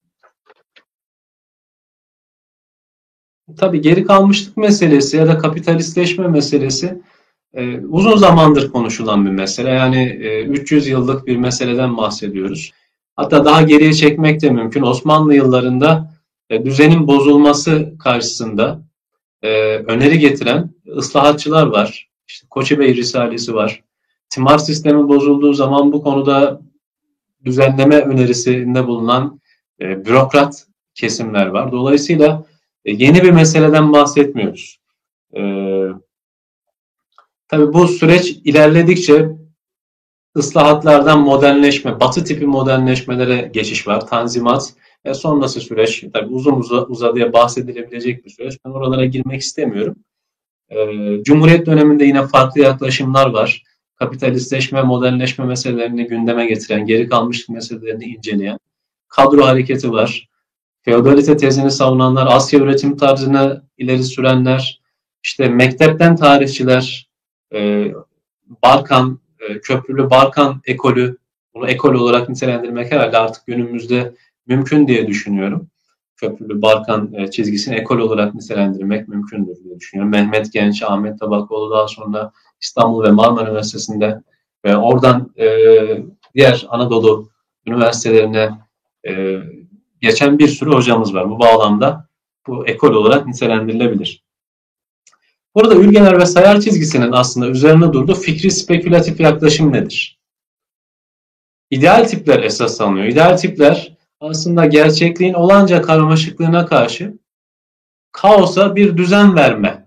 Tabii geri kalmışlık meselesi ya da kapitalistleşme meselesi uzun zamandır konuşulan bir mesele. Yani 300 yıllık bir meseleden bahsediyoruz. Hatta daha geriye çekmek de mümkün. Osmanlı yıllarında düzenin bozulması karşısında öneri getiren ıslahatçılar var. İşte Koçibey Risalesi var. Timar sistemi bozulduğu zaman bu konuda düzenleme önerisinde bulunan bürokrat kesimler var. Dolayısıyla yeni bir meseleden bahsetmiyoruz. Tabii bu süreç ilerledikçe ıslahatlardan modernleşme, batı tipi modernleşmelere geçiş var. Tanzimat ve sonrası süreç. Tabii uzun uzadıya bahsedilebilecek bir süreç. Ben oralara girmek istemiyorum. Cumhuriyet döneminde yine farklı yaklaşımlar var. Kapitalistleşme, modernleşme meselelerini gündeme getiren, geri kalmışlık meselelerini inceleyen kadro hareketi var. Feodalite tezini savunanlar, Asya üretim tarzını ileri sürenler, işte mektepten tarihçiler, Barkan, Köprülü Barkan ekolü, bunu ekol olarak nitelendirmek herhalde artık günümüzde mümkün diye düşünüyorum. Köprülü Barkan çizgisini ekol olarak nitelendirmek mümkündür diye düşünüyorum. Mehmet Genç, Ahmet Tabakoğlu daha sonra İstanbul ve Marmara Üniversitesi'nde ve oradan diğer Anadolu üniversitelerine geçen bir sürü hocamız var. Bu bağlamda bu ekol olarak nitelendirilebilir. Burada Ülgener ve Sayar çizgisinin aslında üzerine durduğu fikri spekülatif yaklaşım nedir? İdeal tipler esas alınıyor. İdeal tipler aslında gerçekliğin olanca karmaşıklığına karşı kaosa bir düzen verme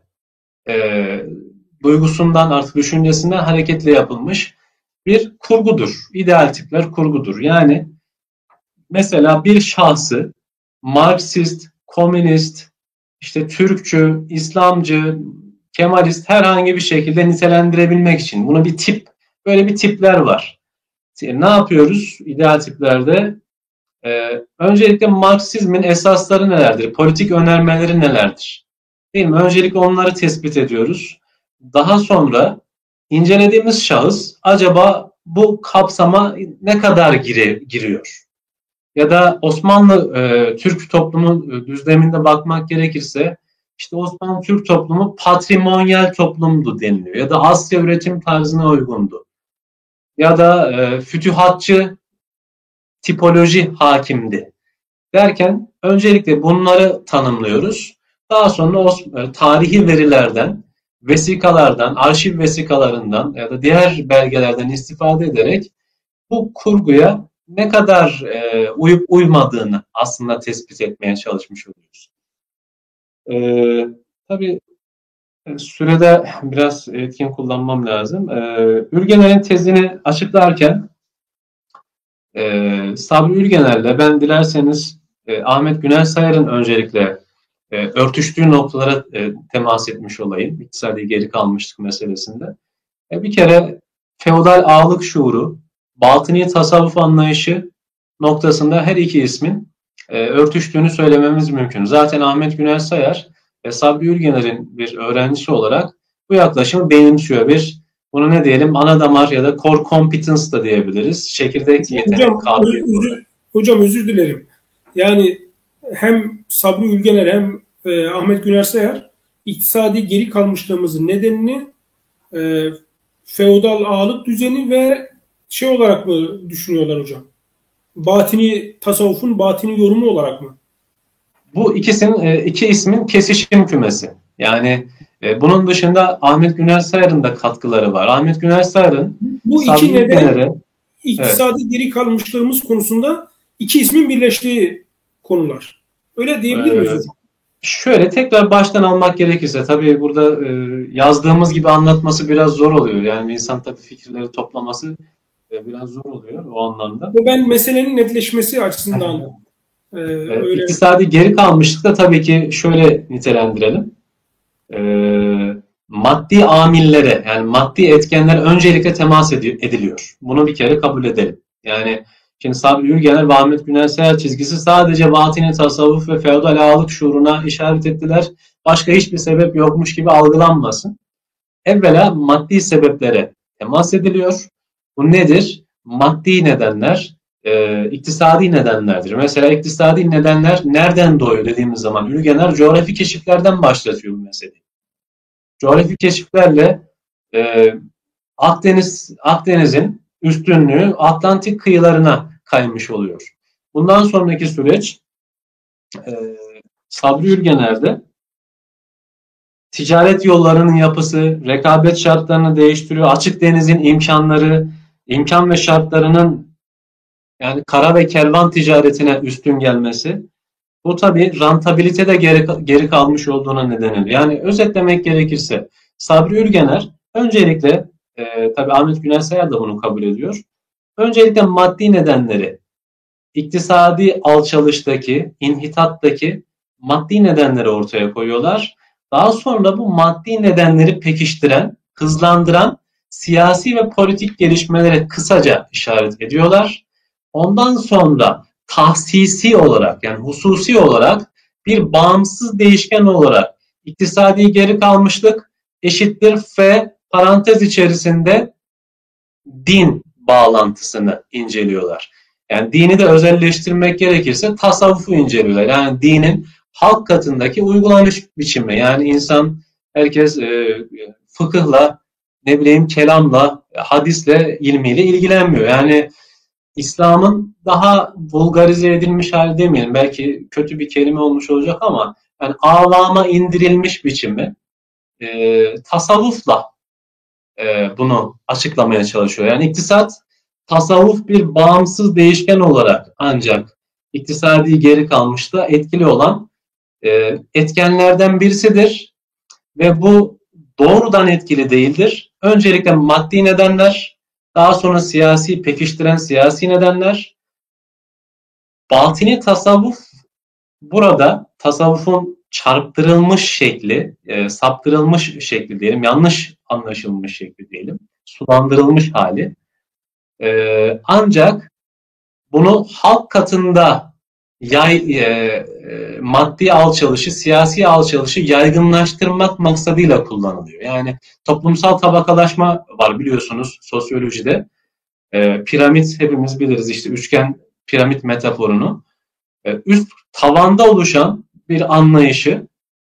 duygusundan, artık düşüncesinden hareketle yapılmış bir kurgudur. İdeal tipler kurgudur. Yani mesela bir şahsı Marksist, komünist, işte Türkçü, İslamcı, Kemalist herhangi bir şekilde nitelendirebilmek için bunu bir tip, böyle bir tipler var. Ne yapıyoruz ideal tiplerde? Öncelikle Marksizmin esasları nelerdir? Politik önermeleri nelerdir? Değil mi? Öncelikle onları tespit ediyoruz. Daha sonra incelediğimiz şahıs acaba bu kapsama ne kadar giriyor? Ya da Osmanlı Türk toplumu düzleminde bakmak gerekirse işte Osmanlı Türk toplumu patrimonyal toplumdu deniliyor. Ya da Asya üretim tarzına uygundu. Ya da fütühatçı tipoloji hakimdi. Derken öncelikle bunları tanımlıyoruz. Daha sonra tarihi verilerden, vesikalardan, arşiv vesikalarından ya da diğer belgelerden istifade ederek bu kurguya ne kadar uyup uymadığını aslında tespit etmeye çalışmış oluyoruz. Tabii sürede biraz etkin kullanmam lazım. Ülgener'in tezini açıklarken Sabri Ülgener'le ben dilerseniz Ahmet Güner Sayar'ın öncelikle örtüştüğü noktalara temas etmiş olayım. İktisadi geri kalmışlık meselesinde. Bir kere feodal ağalık şuuru, batıni tasavvuf anlayışı noktasında her iki ismin örtüştüğünü söylememiz mümkün. Zaten Ahmet Güner Sayar ve Sabri Ülgener'in bir öğrencisi olarak bu yaklaşımı benimsiyor. Bunu ne diyelim, ana damar ya da core competence da diyebiliriz. Çekirdek yetenek kavramı. Hocam özür dilerim. Yani hem Sabri Ülgener hem Ahmet Güner Sayar iktisadi geri kalmışlığımızın nedenini feodal ağalık düzeni ve şey olarak mı düşünüyorlar hocam? Batini tasavvufun batini yorumu olarak mı? Bu iki ismin kesişim kümesi. Yani bunun dışında Ahmet Güner Sayar'ın da katkıları var. Ahmet Güner Sayar'ın bu iki neden iktisadi geri kalmışlığımız konusunda iki ismin birleştiği konular. Öyle diyebilir miyiz hocam? Şöyle tekrar baştan almak gerekirse tabii burada yazdığımız gibi anlatması biraz zor oluyor. Yani insan tabii fikirleri toplaması biraz zor oluyor o anlamda. Ben meselenin netleşmesi açısından öyle. İktisadi geri kalmışlıkta tabii ki şöyle nitelendirelim. Maddi amillere yani maddi etkenler öncelikle temas ediliyor. Bunu bir kere kabul edelim. Yani şimdi Sabri Ülgener ve Ahmet Güner Sayar çizgisi sadece batini tasavvuf ve feodal ağalık şuuruna işaret ettiler. Başka hiçbir sebep yokmuş gibi algılanmasın. Evvela maddi sebeplere temas ediliyor. Bu nedir? Maddi nedenler, iktisadi nedenlerdir. Mesela iktisadi nedenler nereden doğuyor dediğimiz zaman Ülgener coğrafi keşiflerden başlatıyor bu meseleyi. Coğrafi keşiflerle Akdeniz'in üstünlüğü Atlantik kıyılarına kaymış oluyor. Bundan sonraki süreç Sabri Ülgener'de ticaret yollarının yapısı, rekabet şartlarını değiştiriyor. Açık denizin imkan ve şartlarının yani kara ve kervan ticaretine üstün gelmesi. Bu tabii rentabilitede geri kalmış olduğuna neden oluyor. Yani özetlemek gerekirse Sabri Ülgener öncelikle tabii Ahmet Güner Sayar da bunu kabul ediyor. Öncelikle maddi nedenleri, iktisadi alçalıştaki, inhitattaki maddi nedenleri ortaya koyuyorlar. Daha sonra bu maddi nedenleri pekiştiren, hızlandıran siyasi ve politik gelişmelere kısaca işaret ediyorlar. Ondan sonra tahsisi olarak yani hususi olarak bir bağımsız değişken olarak iktisadi geri kalmışlık eşittir f parantez içerisinde din bağlantısını inceliyorlar. Yani dini de özelleştirmek gerekirse tasavvufu inceliyorlar. Yani dinin halk katındaki uygulanış biçimi. Yani herkes fıkıhla, ne bileyim kelamla, hadisle, ilmiyle ilgilenmiyor. Yani İslam'ın daha vulgarize edilmiş hali demeyelim. Belki kötü bir kelime olmuş olacak ama yani avama indirilmiş biçimi tasavvufla bunu açıklamaya çalışıyor. Yani tasavvuf bir bağımsız değişken olarak ancak iktisadi geri kalmışta etkili olan etkenlerden birisidir ve bu doğrudan etkili değildir. Öncelikle maddi nedenler, daha sonra pekiştiren siyasi nedenler. Batini tasavvuf burada tasavvufun çarptırılmış şekli, saptırılmış şekli diyelim, yanlış anlaşılmış şekli diyelim, sulandırılmış hali. Ancak bunu halk katında maddi alçalışı, siyasi alçalışı yaygınlaştırmak maksadıyla kullanılıyor. Yani toplumsal tabakalaşma var biliyorsunuz sosyolojide. Piramit hepimiz biliriz işte üçgen piramit metaforunu. Üst tavanda oluşan bir anlayışı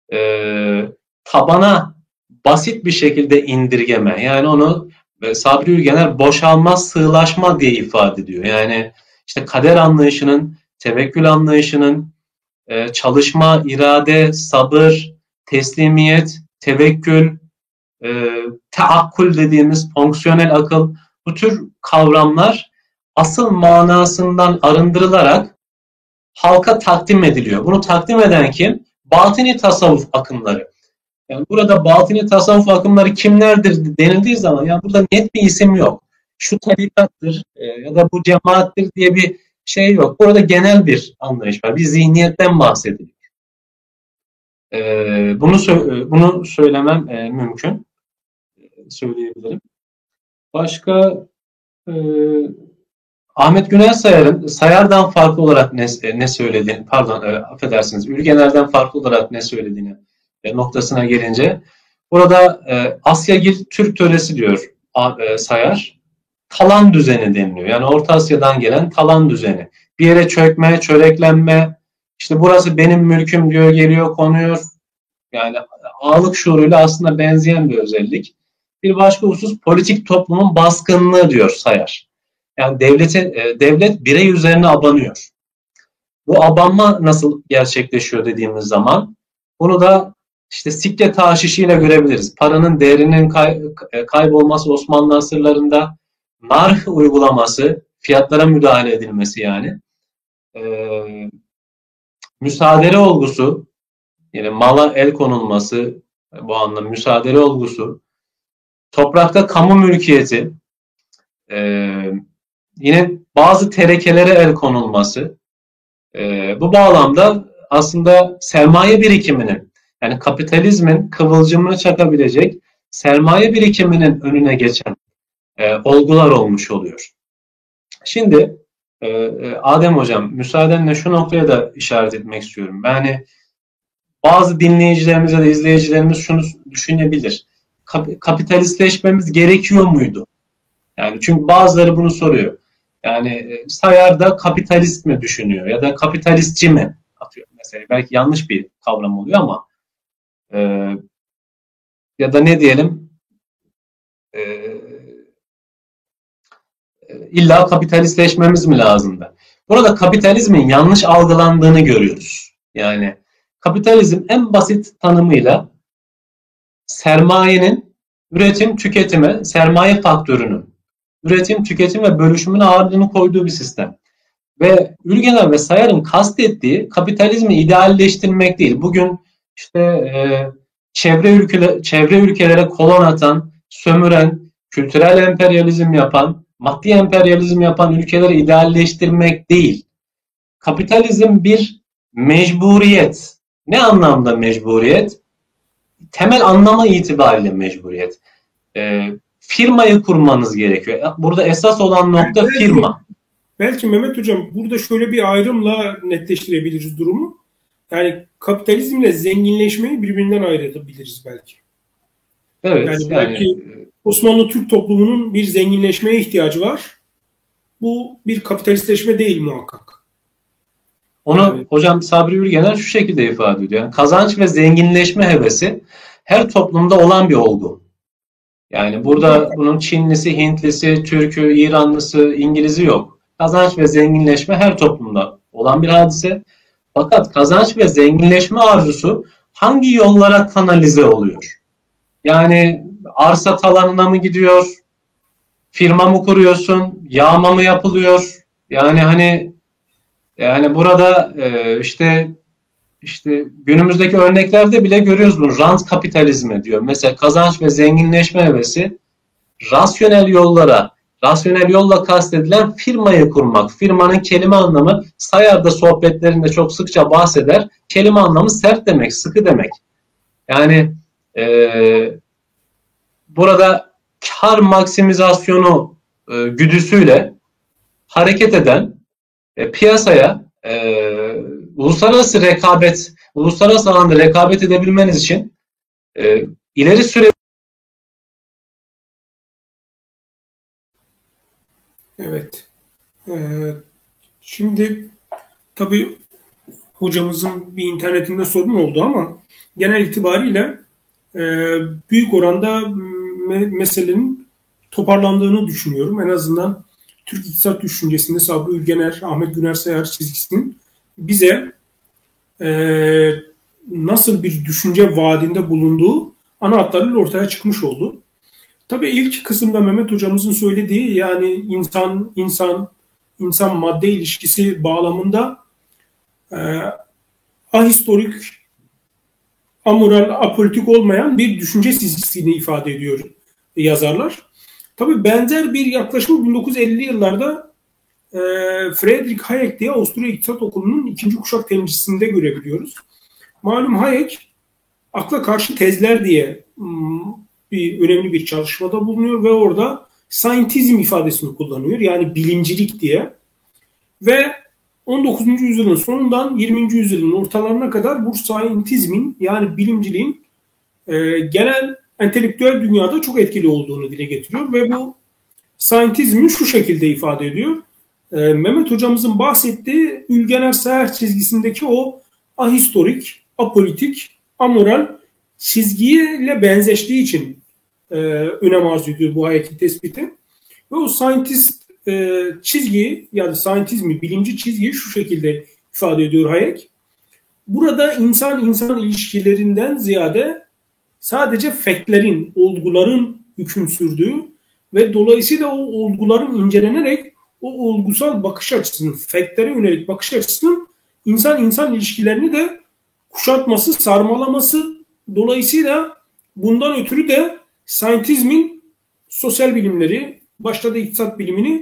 tabana basit bir şekilde indirgeme. Yani onu Sabri Ülgener boşalma, sığlaşma diye ifade ediyor. Yani işte kader anlayışının, tevekkül anlayışının, çalışma, irade, sabır, teslimiyet, tevekkül, teakkul dediğimiz fonksiyonel akıl, bu tür kavramlar asıl manasından arındırılarak halka takdim ediliyor. Bunu takdim eden kim? Batini tasavvuf akımları. Yani burada batini tasavvuf akımları kimlerdir denildiği zaman yani burada net bir isim yok. Şu tarikattır ya da bu cemaattir diye bir şey yok. Burada genel bir anlayış var. Bir zihniyetten bahsedilir. Bunu söylemem mümkün. Söyleyebilirim. Başka Ahmet Güner Sayar'dan farklı olarak ne söylediğini, affedersiniz, Ülgener'den farklı olarak ne söylediğini noktasına gelince burada Asyagil Türk töresi diyor Sayar. talan düzeni deniliyor. Yani Orta Asya'dan gelen talan düzeni. Bir yere çökme, çöreklenme, işte burası benim mülküm diyor, geliyor, konuyor. Yani ağalık şuuruyla aslında benzeyen bir özellik. Bir başka husus politik toplumun baskınlığı diyor Sayar. Yani devlet birey üzerine abanıyor. Bu abanma nasıl gerçekleşiyor dediğimiz zaman bunu da işte sikke taşişiyle görebiliriz. Paranın değerinin kaybolması Osmanlı asırlarında, narh uygulaması, fiyatlara müdahale edilmesi yani. Müsaade olgusu, yani mala el konulması, bu anlamda müsaade olgusu, toprakta kamu mülkiyeti, yine bazı terekelere el konulması, bu bağlamda aslında sermaye birikiminin, yani kapitalizmin kıvılcımını çakabilecek sermaye birikiminin önüne geçen olgular olmuş oluyor. Şimdi Adem Hocam, müsaadenle şu noktaya da işaret etmek istiyorum. Yani bazı dinleyicilerimiz ya da izleyicilerimiz şunu düşünebilir. Kapitalistleşmemiz gerekiyor muydu? Yani çünkü bazıları bunu soruyor. Yani Sayar da kapitalist mi düşünüyor ya da kapitalistçi mi atıyor mesela. Belki yanlış bir kavram oluyor ama ya da ne diyelim illa kapitalistleşmemiz mi lazımdı? Burada kapitalizmin yanlış algılandığını görüyoruz. Yani kapitalizm en basit tanımıyla sermayenin üretim tüketime, sermaye faktörünün üretim, tüketim ve bölüşümün ağırlığını koyduğu bir sistem. Ve Ülgener ve Sayar'ın kastettiği kapitalizmi idealleştirmek değil. Bugün işte çevre ülkelere kolon atan, sömüren, kültürel emperyalizm yapan, maddi emperyalizm yapan ülkeleri idealleştirmek değil. Kapitalizm bir mecburiyet. Ne anlamda mecburiyet? Temel anlamı itibariyle mecburiyet. Firmayı kurmanız gerekiyor. Burada esas olan nokta firma. Belki Mehmet Hocam burada şöyle bir ayrımla netleştirebiliriz durumu. Yani kapitalizmle zenginleşmeyi birbirinden ayırabiliriz belki. Evet. Yani belki Osmanlı Türk toplumunun bir zenginleşmeye ihtiyacı var. Bu bir kapitalistleşme değil muhakkak. Onu hocam Sabri Ülgener şu şekilde ifade ediyor. Yani kazanç ve zenginleşme hevesi her toplumda olan bir olgu. Yani burada bunun Çinlisi, Hintlisi, Türk'ü, İranlısı, İngiliz'i yok. Kazanç ve zenginleşme her toplumda olan bir hadise. Fakat kazanç ve zenginleşme arzusu hangi yollara kanalize oluyor? Yani arsa talanına mı gidiyor? Firma mı kuruyorsun? Yağma mı yapılıyor? Yani burada işte günümüzdeki örneklerde bile görüyoruz bunu. Rant kapitalizmi diyor. Mesela kazanç ve zenginleşme hevesi rasyonel yolla kastedilen firmayı kurmak. Firmanın kelime anlamı Sayar'da sohbetlerinde çok sıkça bahseder. Kelime anlamı sert demek, sıkı demek. Yani burada kar maksimizasyonu güdüsüyle hareket eden piyasaya uluslararası alanda rekabet edebilmeniz için ileri süre. Evet. Şimdi tabii hocamızın bir internetinde sorun oldu ama genel itibariyle büyük oranda meselenin toparlandığını düşünüyorum. En azından Türk iktisat düşüncesinde Sabri Ülgener, Ahmet Güner Sayar çizgisinin bize nasıl bir düşünce vaadinde bulunduğu ana hatlarıyla ortaya çıkmış oldu. Tabii ilk kısımda Mehmet hocamızın söylediği yani insan madde ilişkisi bağlamında ahistorik, amoral, apolitik olmayan bir düşünce çizgisini ifade ediyor yazarlar. Tabii benzer bir yaklaşımı 1950'li yıllarda Friedrich Hayek diye Avusturya İktisat Okulu'nun ikinci kuşak temsilcisinde görebiliyoruz. Malum Hayek akla karşı tezler diye önemli bir çalışmada bulunuyor ve orada scientism ifadesini kullanıyor. Yani bilimcilik diye. Ve 19. yüzyılın sonundan 20. yüzyılın ortalarına kadar bu scientismin yani bilimciliğin genel entelektüel dünyada çok etkili olduğunu dile getiriyor ve bu Scientism'i şu şekilde ifade ediyor. Mehmet hocamızın bahsettiği Ülgener Sayar çizgisindeki o ahistorik, apolitik, amoral çizgiyle benzeştiği için önem arz ediyor bu Hayek'in tespiti. Ve o scientist çizgiyi, yani scientismi, bilimci çizgiyi şu şekilde ifade ediyor Hayek. Burada insan ilişkilerinden ziyade sadece faktlerin, olguların hüküm sürdüğü ve dolayısıyla o olguların incelenerek o olgusal bakış açısının, faktlere yönelik bakış açısının insan ilişkilerini de kuşatması, sarmalaması, dolayısıyla bundan ötürü de scientismin sosyal bilimleri, başta da iktisat bilimini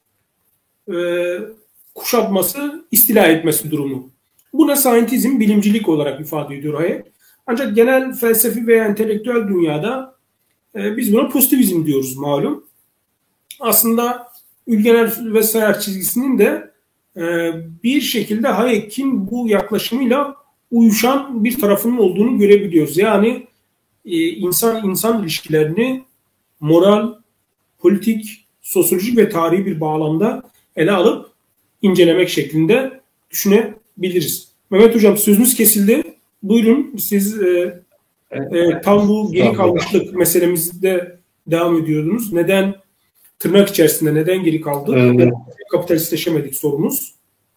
kuşatması, istila etmesi durumu. Buna scientism bilimcilik olarak ifade ediyor Hayek. Ancak genel felsefi veya entelektüel dünyada biz buna pozitivizm diyoruz malum. Aslında Ülgener ve Sayar çizgisinin de bir şekilde Hayek'in bu yaklaşımıyla uyuşan bir tarafının olduğunu görebiliyoruz. Yani insan ilişkilerini moral, politik, sosyolojik ve tarihi bir bağlamda ele alıp incelemek şeklinde düşünebiliriz. Mehmet Hocam sözünüz kesildi. Buyurun siz tam bu geri kalmışlık meselemizde devam ediyordunuz. Neden tırnak içerisinde neden geri kaldık? Kapitalistleşemedik sorumuz.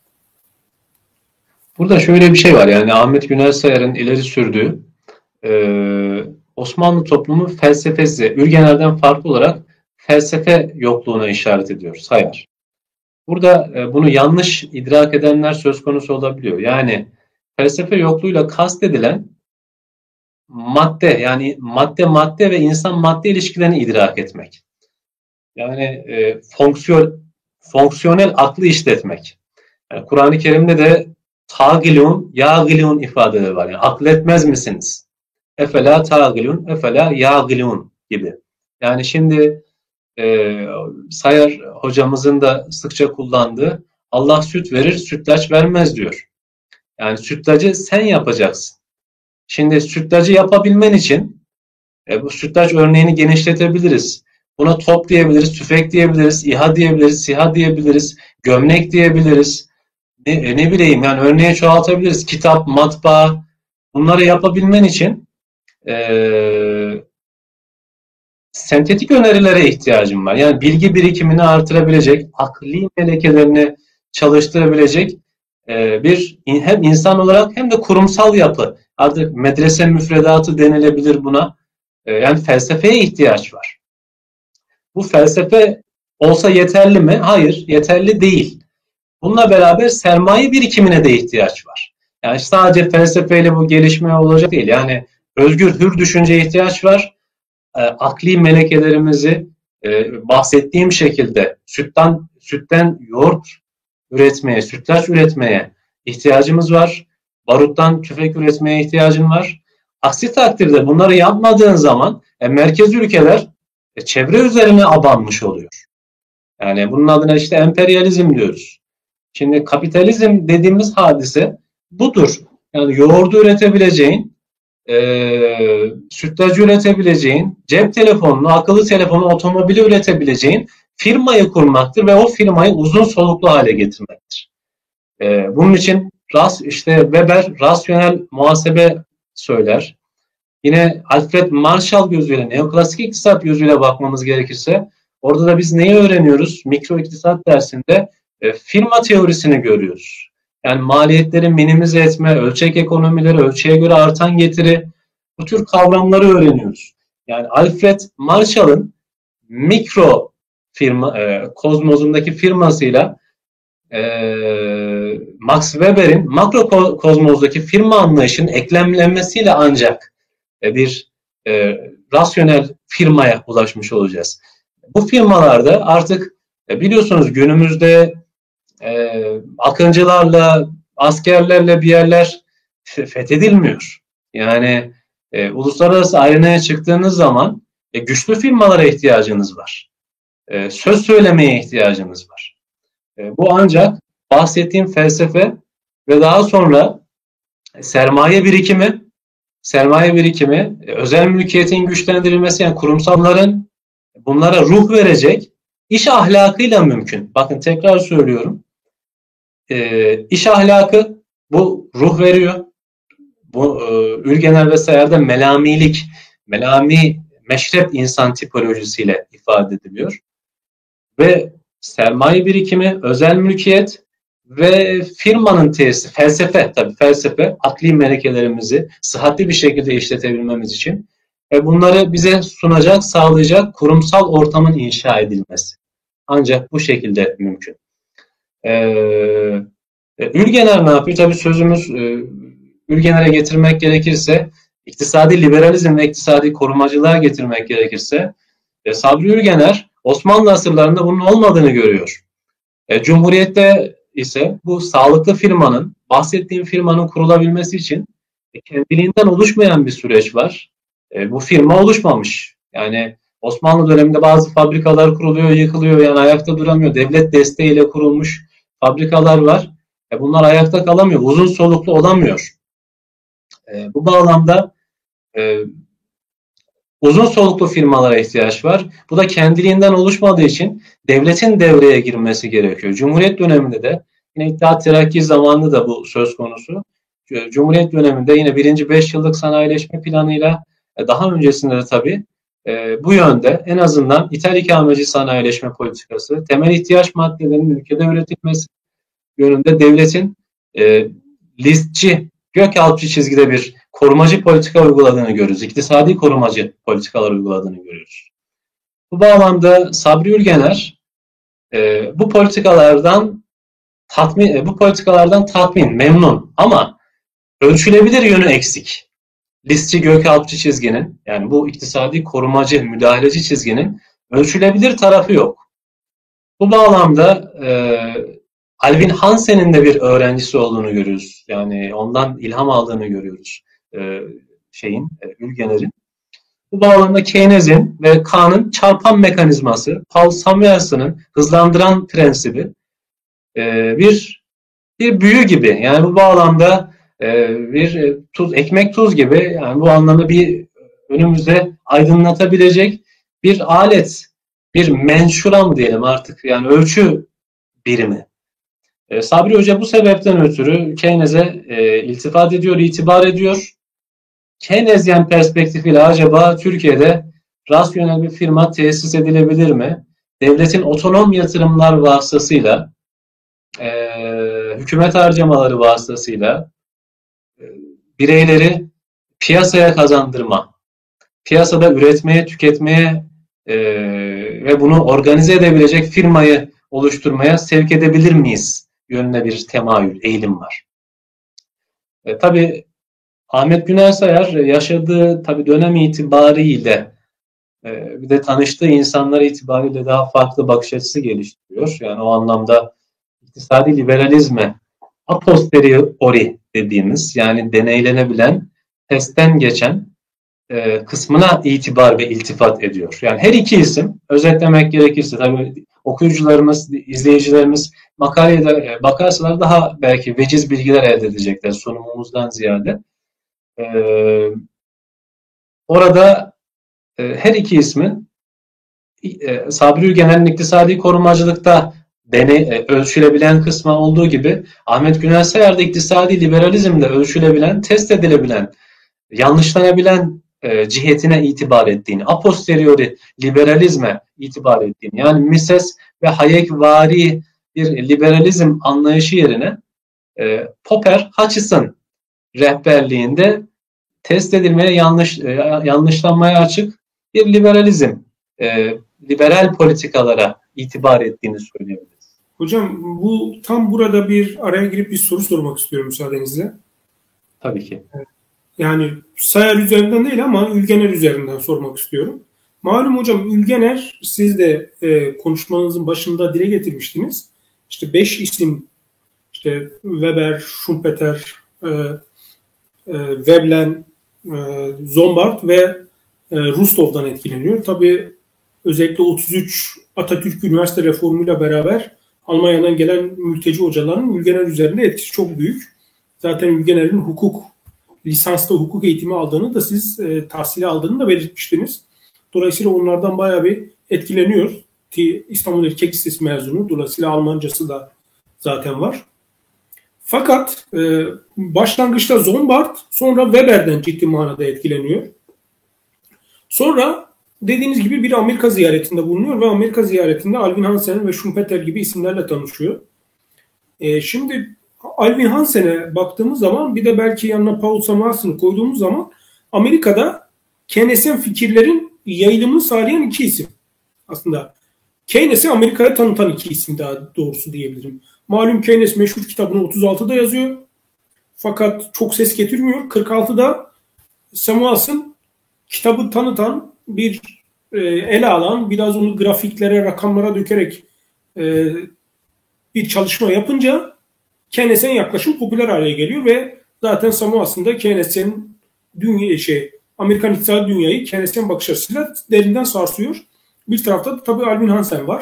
Burada şöyle bir şey var, yani Ahmet Güner Sayar'ın ileri sürdüğü Osmanlı toplumu felsefesi Ülgener'den farklı olarak felsefe yokluğuna işaret ediyor Sayar. Burada bunu yanlış idrak edenler söz konusu olabiliyor. Yani felsefe yokluğuyla kastedilen madde, yani madde ve insan madde ilişkilerini idrak etmek. Yani fonksiyonel aklı işletmek. Yani Kur'an-ı Kerim'de de tağilun, yağilun ifadeleri var. Yani akletmez misiniz? Efela tağilun, efela yağilun gibi. Yani şimdi Sayar hocamızın da sıkça kullandığı Allah süt verir, sütlaç vermez diyor. Yani sütlacı sen yapacaksın. Şimdi sütlacı yapabilmen için bu sütlaç örneğini genişletebiliriz. Buna top diyebiliriz, tüfek diyebiliriz, İHA diyebiliriz, SİHA diyebiliriz, gömlek diyebiliriz. Ne bileyim, yani örneği çoğaltabiliriz. Kitap, matbaa, bunları yapabilmen için sentetik önerilere ihtiyacım var. Yani bilgi birikimini artırabilecek, akli melekelerini çalıştırabilecek bir hem insan olarak hem de kurumsal yapı. Artık medrese müfredatı denilebilir buna. Yani felsefeye ihtiyaç var. Bu felsefe olsa yeterli mi? Hayır, yeterli değil. Bununla beraber sermaye birikimine de ihtiyaç var. Yani sadece felsefeyle bu gelişme olacak değil. Yani özgür, hür düşünceye ihtiyaç var. Akli melekelerimizi bahsettiğim şekilde sütten yoğurt üretmeye, sütlaç üretmeye ihtiyacımız var. Baruttan tüfek üretmeye ihtiyacın var. Aksi takdirde bunları yapmadığın zaman merkez ülkeler çevre üzerine abanmış oluyor. Yani bunun adına işte emperyalizm diyoruz. Şimdi kapitalizm dediğimiz hadise budur. Yani yoğurdu üretebileceğin, sütlacı üretebileceğin, cep telefonunu, akıllı telefonu, otomobili üretebileceğin firmayı kurmaktır ve o firmayı uzun soluklu hale getirmektir. Bunun için Weber rasyonel muhasebe söyler. Yine Alfred Marshall gözüyle, neoklasik iktisat gözüyle bakmamız gerekirse, orada da biz neyi öğreniyoruz? Mikro iktisat dersinde firma teorisini görüyoruz. Yani maliyetleri minimize etme, ölçek ekonomileri, ölçeğe göre artan getiri, bu tür kavramları öğreniyoruz. Yani Alfred Marshall'ın mikro firma, kozmozundaki firmasıyla Max Weber'in makro kozmozdaki firma anlayışının eklemlenmesiyle ancak bir rasyonel firmaya ulaşmış olacağız. Bu firmalarda artık biliyorsunuz günümüzde akıncılarla, askerlerle bir yerler fethedilmiyor. Yani uluslararası arenaya çıktığınız zaman güçlü firmalara ihtiyacınız var. Söz söylemeye ihtiyacınız var. Bu ancak bahsettiğim felsefe ve daha sonra sermaye birikimi, özel mülkiyetin güçlendirilmesi, yani kurumsalların bunlara ruh verecek İş ahlakıyla mümkün. Bakın tekrar söylüyorum. İş ahlakı bu ruh veriyor. Bu Ülgener ve Sayar'da melami meşrep insan tipolojisiyle ifade ediliyor. Ve sermaye birikimi, özel mülkiyet ve firmanın tesisi, felsefe, akli melekelerimizi sıhhatli bir şekilde işletebilmemiz için bunları bize sunacak, sağlayacak kurumsal ortamın inşa edilmesi. Ancak bu şekilde mümkün. Ülgener ne yapıyor? Tabii sözümüz Ülgener'e getirmek gerekirse, iktisadi liberalizm ve iktisadi korumacılığa getirmek gerekirse, Sabri Ülgener Osmanlı asırlarında bunun olmadığını görüyor. Cumhuriyette ise bu sağlıklı firmanın, bahsettiğim firmanın kurulabilmesi için kendiliğinden oluşmayan bir süreç var. Bu firma oluşmamış. Yani Osmanlı döneminde bazı fabrikalar kuruluyor, yıkılıyor, yani ayakta duramıyor. Devlet desteğiyle kurulmuş fabrikalar var. Bunlar ayakta kalamıyor, uzun soluklu olamıyor. Bu bağlamda uzun soluklu firmalara ihtiyaç var. Bu da kendiliğinden oluşmadığı için devletin devreye girmesi gerekiyor. Cumhuriyet döneminde de yine İttihat Terakki zamanında da bu söz konusu. Cumhuriyet döneminde yine 1. 5 yıllık sanayileşme planıyla daha öncesinde de tabii bu yönde en azından ithal ikameci sanayileşme politikası, temel ihtiyaç maddelerinin ülkede üretilmesi yönünde devletin listçi, gökalpçı çizgide bir korumacı politika uyguladığını görüyoruz. İktisadi korumacı politikalar uyguladığını görüyoruz. Bu bağlamda Sabri Ülgener bu politikalardan tatmin, memnun ama ölçülebilir yönü eksik. Listçi, gökalpçı çizginin, yani bu iktisadi korumacı, müdahaleci çizginin ölçülebilir tarafı yok. Bu bağlamda Alvin Hansen'in de bir öğrencisi olduğunu görüyoruz. Yani ondan ilham aldığını görüyoruz. Ülgener'in. Bu bağlamda Keynes'in ve Kahn'ın çarpan mekanizması, Paul Samuelson'ın hızlandıran prensibi bir büyü gibi. Yani bu bağlamda bir ekmek tuz gibi, yani bu anlamda bir önümüzde aydınlatabilecek bir alet, bir menşura mı diyelim artık, yani ölçü birimi. Sabri Hoca bu sebepten ötürü Keynes'e iltifat ediyor, itibar ediyor. Keynesyen perspektifiyle acaba Türkiye'de rasyonel bir firma tesis edilebilir mi? Devletin otonom yatırımlar vasıtasıyla, hükümet harcamaları vasıtasıyla bireyleri piyasaya kazandırma, piyasada üretmeye, tüketmeye ve bunu organize edebilecek firmayı oluşturmaya sevk edebilir miyiz yönüne bir temayül, eğilim var. Tabii Ahmet Güner Sayar yaşadığı dönem itibariyle bir de tanıştığı insanlar itibariyle daha farklı bakış açısı geliştiriyor. Yani o anlamda iktisadi liberalizme a posteriori dediğimiz, yani deneylenebilen, testten geçen kısmına itibar ve iltifat ediyor. Yani her iki isim, özetlemek gerekirse, tabii okuyucularımız, izleyicilerimiz makaleye de bakarsalar daha belki veciz bilgiler elde edecekler sunumumuzdan ziyade. Orada her iki ismin Sabri Ülgener'in iktisadi korumacılıkta ölçülebilen kısmı olduğu gibi Ahmet Güner Sayar'da iktisadi liberalizmde ölçülebilen, test edilebilen, yanlışlanabilen cihetine itibar ettiğini, a posteriori liberalizme itibar ettiğini, yani Mises ve Hayekvari bir liberalizm anlayışı yerine Popper, Hutchison rehberliğinde test edilmeye, yanlışlanmaya açık bir liberalizm, liberal politikalara itibar ettiğini söyleyebiliriz. Hocam, bu tam burada bir araya girip bir soru sormak istiyorum müsaadenizle. Tabii ki. Yani Sayar üzerinden değil ama Ülgener üzerinden sormak istiyorum. Malum hocam, Ülgener, siz de konuşmanızın başında dile getirmiştiniz. İşte 5 isim, işte Weber, Schumpeter, Veblen, Zombart ve Rustov'dan etkileniyor. Tabii özellikle 33 Atatürk Üniversite reformuyla beraber Almanya'dan gelen mülteci hocaların Ülgener üzerinde etkisi çok büyük. Zaten Ülgener'in lisanslı hukuk eğitimi aldığını da siz tahsili aldığını da belirtmiştiniz. Dolayısıyla onlardan bayağı bir etkileniyor. İstanbul Erkek Lisesi mezunu. Dolayısıyla Almancası da zaten var. Fakat başlangıçta Zombart, sonra Weber'den ciddi manada etkileniyor. Sonra dediğiniz gibi bir Amerika ziyaretinde bulunuyor ve Amerika ziyaretinde Alvin Hansen ve Schumpeter gibi isimlerle tanışıyor. Şimdi Alvin Hansen'e baktığımız zaman, bir de belki yanına Paul Samuelson'u koyduğumuz zaman, Amerika'da Keynesyen fikirlerin yayılımını sağlayan iki isim. Aslında Keynes'i Amerika'ya tanıtan iki isim, daha doğrusu diyebilirim. Malum Keynes meşhur kitabını 36'da yazıyor. Fakat çok ses getirmiyor. 46'da Samuelson kitabı tanıtan, bir ele alan, biraz onu grafiklere, rakamlara dökerek bir çalışma yapınca Keynesyen yaklaşım popüler hale geliyor ve zaten Samuelson da Keynesyen Amerikan iktisadi dünyayı Keynesyen bakış açısıyla derinden sarsıyor. Bir tarafta da tabii Alvin Hansen var.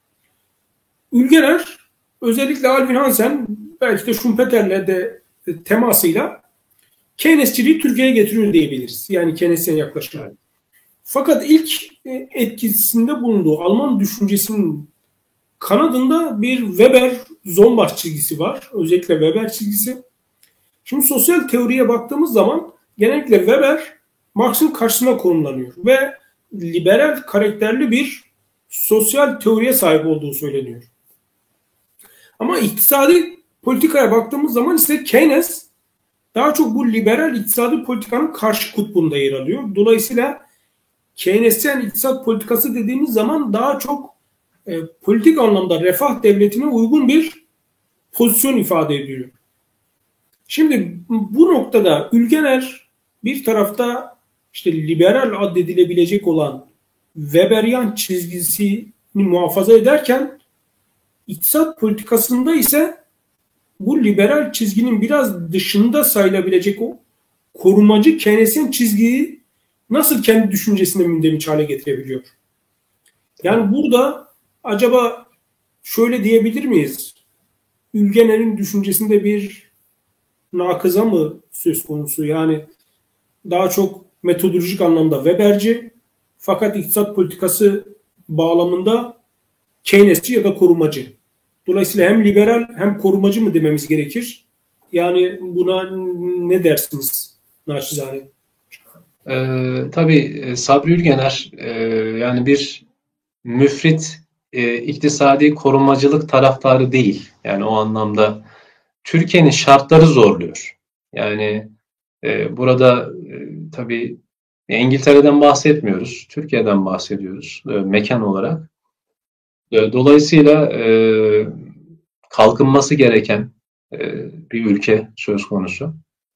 Ülgener, özellikle Alvin Hansen, belki de Schumpeter'le de temasıyla Keynesçiliği Türkiye'ye getiriyor diyebiliriz. Yani Keynesyen yaklaşımı. Fakat ilk etkisinde bulunduğu Alman düşüncesinin kanadında bir Weber-Zombart çizgisi var. Özellikle Weber çizgisi. Şimdi sosyal teoriye baktığımız zaman genellikle Weber Marx'ın karşısına konumlanıyor ve liberal karakterli bir sosyal teoriye sahip olduğu söyleniyor. Ama iktisadi politikaya baktığımız zaman ise Keynes daha çok bu liberal iktisadi politikanın karşı kutbunda yer alıyor. Dolayısıyla Keynesyen iktisat politikası dediğimiz zaman daha çok politik anlamda refah devletine uygun bir pozisyon ifade ediyor. Şimdi bu noktada Ülgener bir tarafta işte liberal addedilebilecek olan Weberian çizgisini muhafaza ederken, iktisat politikasında ise bu liberal çizginin biraz dışında sayılabilecek o korumacı Keynesyen çizgiyi nasıl kendi düşüncesine mündemiş hale getirebiliyor? Yani burada acaba şöyle diyebilir miyiz? Ülgener'in düşüncesinde bir nakıza mı söz konusu? Yani daha çok metodolojik anlamda Weberci, fakat iktisat politikası bağlamında Keynesçi ya da korumacı. Dolayısıyla hem liberal hem korumacı mı dememiz gerekir? Yani buna ne dersiniz naçizane? Tabii Sabri Ülgener yani bir müfrit iktisadi korumacılık taraftarı değil. Yani o anlamda Türkiye'nin şartları zorluyor. Yani burada tabii İngiltere'den bahsetmiyoruz. Türkiye'den bahsediyoruz mekan olarak. Dolayısıyla kalkınması gereken bir ülke söz konusu.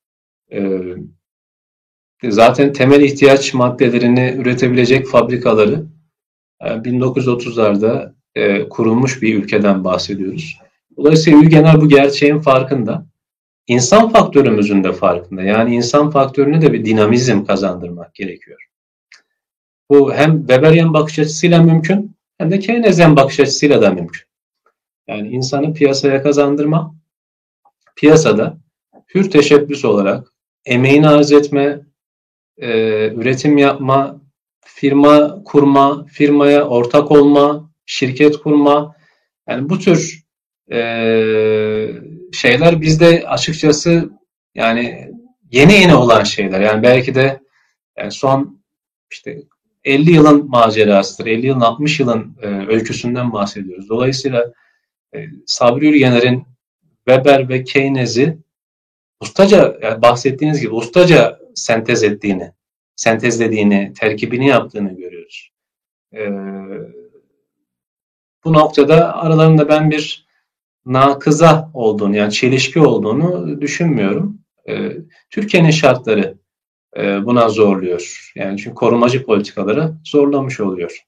Zaten temel ihtiyaç maddelerini üretebilecek fabrikaları 1930'larda kurulmuş bir ülkeden bahsediyoruz. Dolayısıyla Ülgener bu gerçeğin farkında. İnsan faktörümüzün de farkında. Yani insan faktörüne de bir dinamizm kazandırmak gerekiyor. Bu hem Weberian bakış açısıyla mümkün, hem de Keynesyen bakış açısıyla da mümkün. Yani insanı piyasaya kazandırma, piyasada hür teşebbüs olarak emeğini arz etme, üretim yapma, firma kurma, firmaya ortak olma, şirket kurma, yani bu tür şeyler bizde açıkçası yani yeni olan şeyler. Yani belki de yani son işte 50 yılın macerasıdır. 50 yılın 60 yılın öyküsünden bahsediyoruz. Dolayısıyla Sabri Ülgener'in Weber ve Keynes'i ustaca, yani bahsettiğiniz gibi ustaca sentezlediğini, terkibini yaptığını görüyoruz. Bu noktada aralarında ben bir nakıza olduğunu, yani çelişki olduğunu düşünmüyorum. Türkiye'nin şartları buna zorluyor. Yani çünkü korumacı politikaları zorlamış oluyor.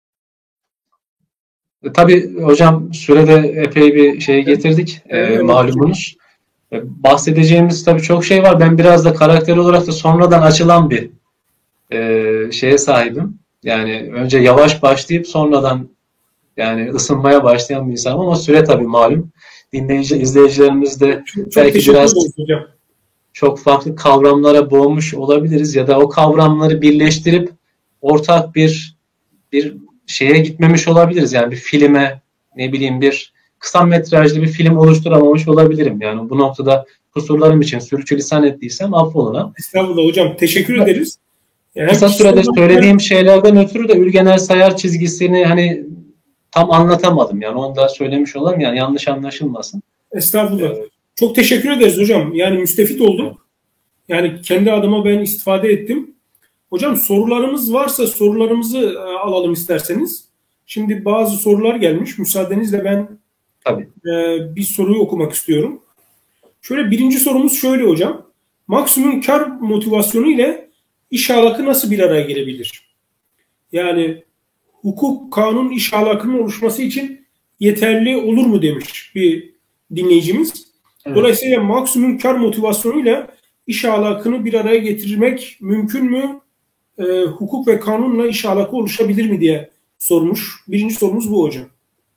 Tabii hocam sürede epey bir şey getirdik malumunuz. Bahsedeceğimiz tabii çok şey var. Ben biraz da karakter olarak da sonradan açılan bir şeye sahibim. Yani önce yavaş başlayıp sonradan yani ısınmaya başlayan bir insanım ama süre tabii malum. İzleyicilerimiz de belki biraz çok farklı kavramlara boğmuş olabiliriz ya da o kavramları birleştirip ortak bir şeye gitmemiş olabiliriz. Yani bir filme, ne bileyim, bir kısa metrajlı bir film oluşturamamış olabilirim. Yani bu noktada kusurlarım için sürçülisan ettiysem affola. Estağfurullah hocam. Teşekkür ederiz. Yani hem Kısa kişisel sürede olarak söylediğim şeylerden ötürü de Ülgener Sayar çizgisini hani tam anlatamadım. Yani onu da söylemiş olayım, yani yanlış anlaşılmasın. estağfurullah. Çok teşekkür ederiz hocam. Yani müstefit Evet. olduk. Yani kendi adıma ben istifade ettim. Hocam sorularımız varsa sorularımızı alalım isterseniz. Şimdi bazı sorular gelmiş. Müsaadenizle ben Tabii. bir soruyu okumak istiyorum. Şöyle birinci sorumuz şöyle hocam. Maksimum kar motivasyonu ile iş ahlakı nasıl bir araya gelebilir? Yani hukuk, kanun, iş ahlakının oluşması için yeterli olur mu demiş bir dinleyicimiz. Evet. Dolayısıyla maksimum kar motivasyonuyla iş ahlakını bir araya getirmek mümkün mü? Hukuk ve kanunla iş ahlakı oluşabilir mi diye sormuş. Birinci sorumuz bu hocam.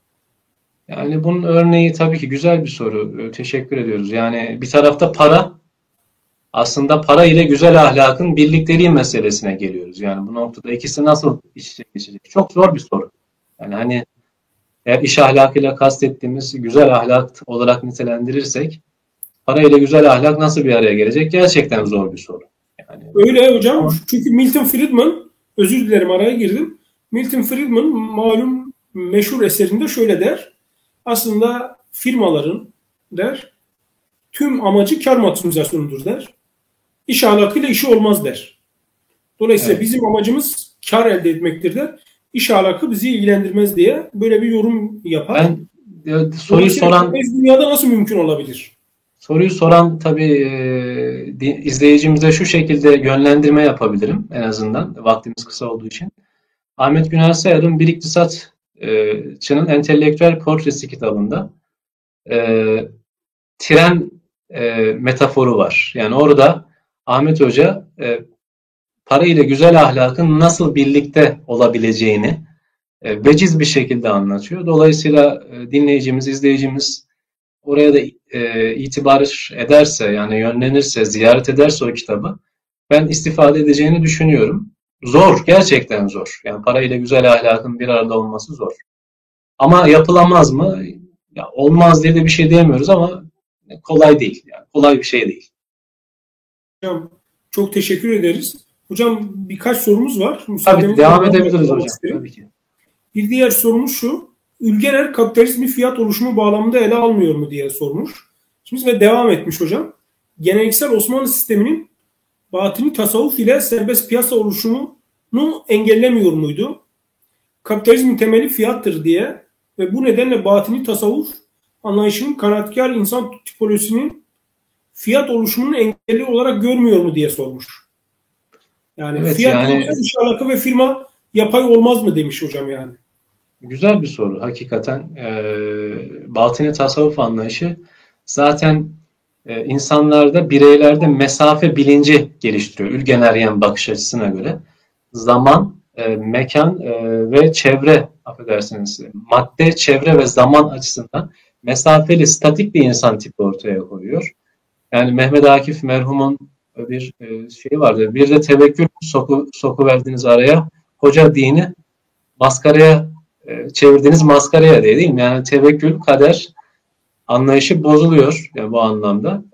Yani bunun örneği tabii ki güzel bir soru. Teşekkür ediyoruz. Yani bir tarafta para, aslında para ile güzel ahlakın birlikteliği meselesine geliyoruz. Yani bu noktada ikisi nasıl iç içe geçecek? Çok zor bir soru. Yani hani eğer iş ahlakıyla kastettiğimiz güzel ahlak olarak nitelendirirsek, para ile güzel ahlak nasıl bir araya gelecek? Gerçekten zor bir soru. Yani Öyle hocam. ama Çünkü Milton Friedman, özür dilerim araya girdim. Milton Friedman malum meşhur eserinde şöyle der. Aslında firmaların der tüm amacı kar maksimizasyonudur der. İş ahlakıyla işi olmaz der. Dolayısıyla evet, bizim amacımız kar elde etmektir der. İş ahlakı bizi ilgilendirmez diye böyle bir yorum yapar. ben soruyu Dolayısıyla soran dünyada nasıl mümkün olabilir? tabii izleyicimize şu şekilde yönlendirme yapabilirim, en azından vaktimiz kısa olduğu için. Ahmet Günel Sayar'ın Bir İktisatçının Entelektüel Portresi kitabında tren metaforu var. Yani orada Ahmet Hoca para ile güzel ahlakın nasıl birlikte olabileceğini veciz bir şekilde anlatıyor. Dolayısıyla dinleyicimiz, izleyicimiz oraya da itibar ederse, yani yönlenirse, ziyaret ederse o kitabı, ben istifade edeceğini düşünüyorum. Zor, gerçekten zor. Yani para ile güzel ahlakın bir arada olması zor. Ama yapılamaz mı? Ya olmaz diye de bir şey diyemiyoruz ama kolay değil. Yani kolay bir şey değil. Hocam çok teşekkür ederiz. Hocam birkaç sorumuz var. Tabii Müsaadenizle devam onları edebiliriz yapmak hocam. isterim. Tabii ki. Bir diğer sorumuz şu. Ülgener kapitalizmi fiyat oluşumu bağlamında ele almıyor mu diye sormuş. Şimdi ve devam etmiş hocam. Geleneksel Osmanlı sisteminin batini tasavvuf ile serbest piyasa oluşumunu engellemiyor muydu? Kapitalizmin temeli fiyattır diye ve bu nedenle batini tasavvuf anlayışının kanaatkar insan tipolojisinin fiyat oluşumunun engeli olarak görmüyor mu diye sormuş. Yani Evet, fiyat yoksa yani iş alaka ve firma yapay olmaz mı demiş hocam yani. güzel bir soru hakikaten. Batini tasavvuf anlayışı zaten insanlarda, bireylerde mesafe bilinci geliştiriyor. Ülgeneryen bakış açısına göre. Zaman, mekan ve çevre, affedersiniz, madde, çevre ve zaman açısından mesafeli, statik bir insan tipi ortaya koyuyor. Yani Mehmet Akif merhumun bir şeyi vardı. Bir de tevekkül soku verdiniz araya. Hoca dini maskaraya çevirdiğiniz maskaraya diye, değil mi? Yani tevekkül, kader anlayışı bozuluyor yani bu anlamda.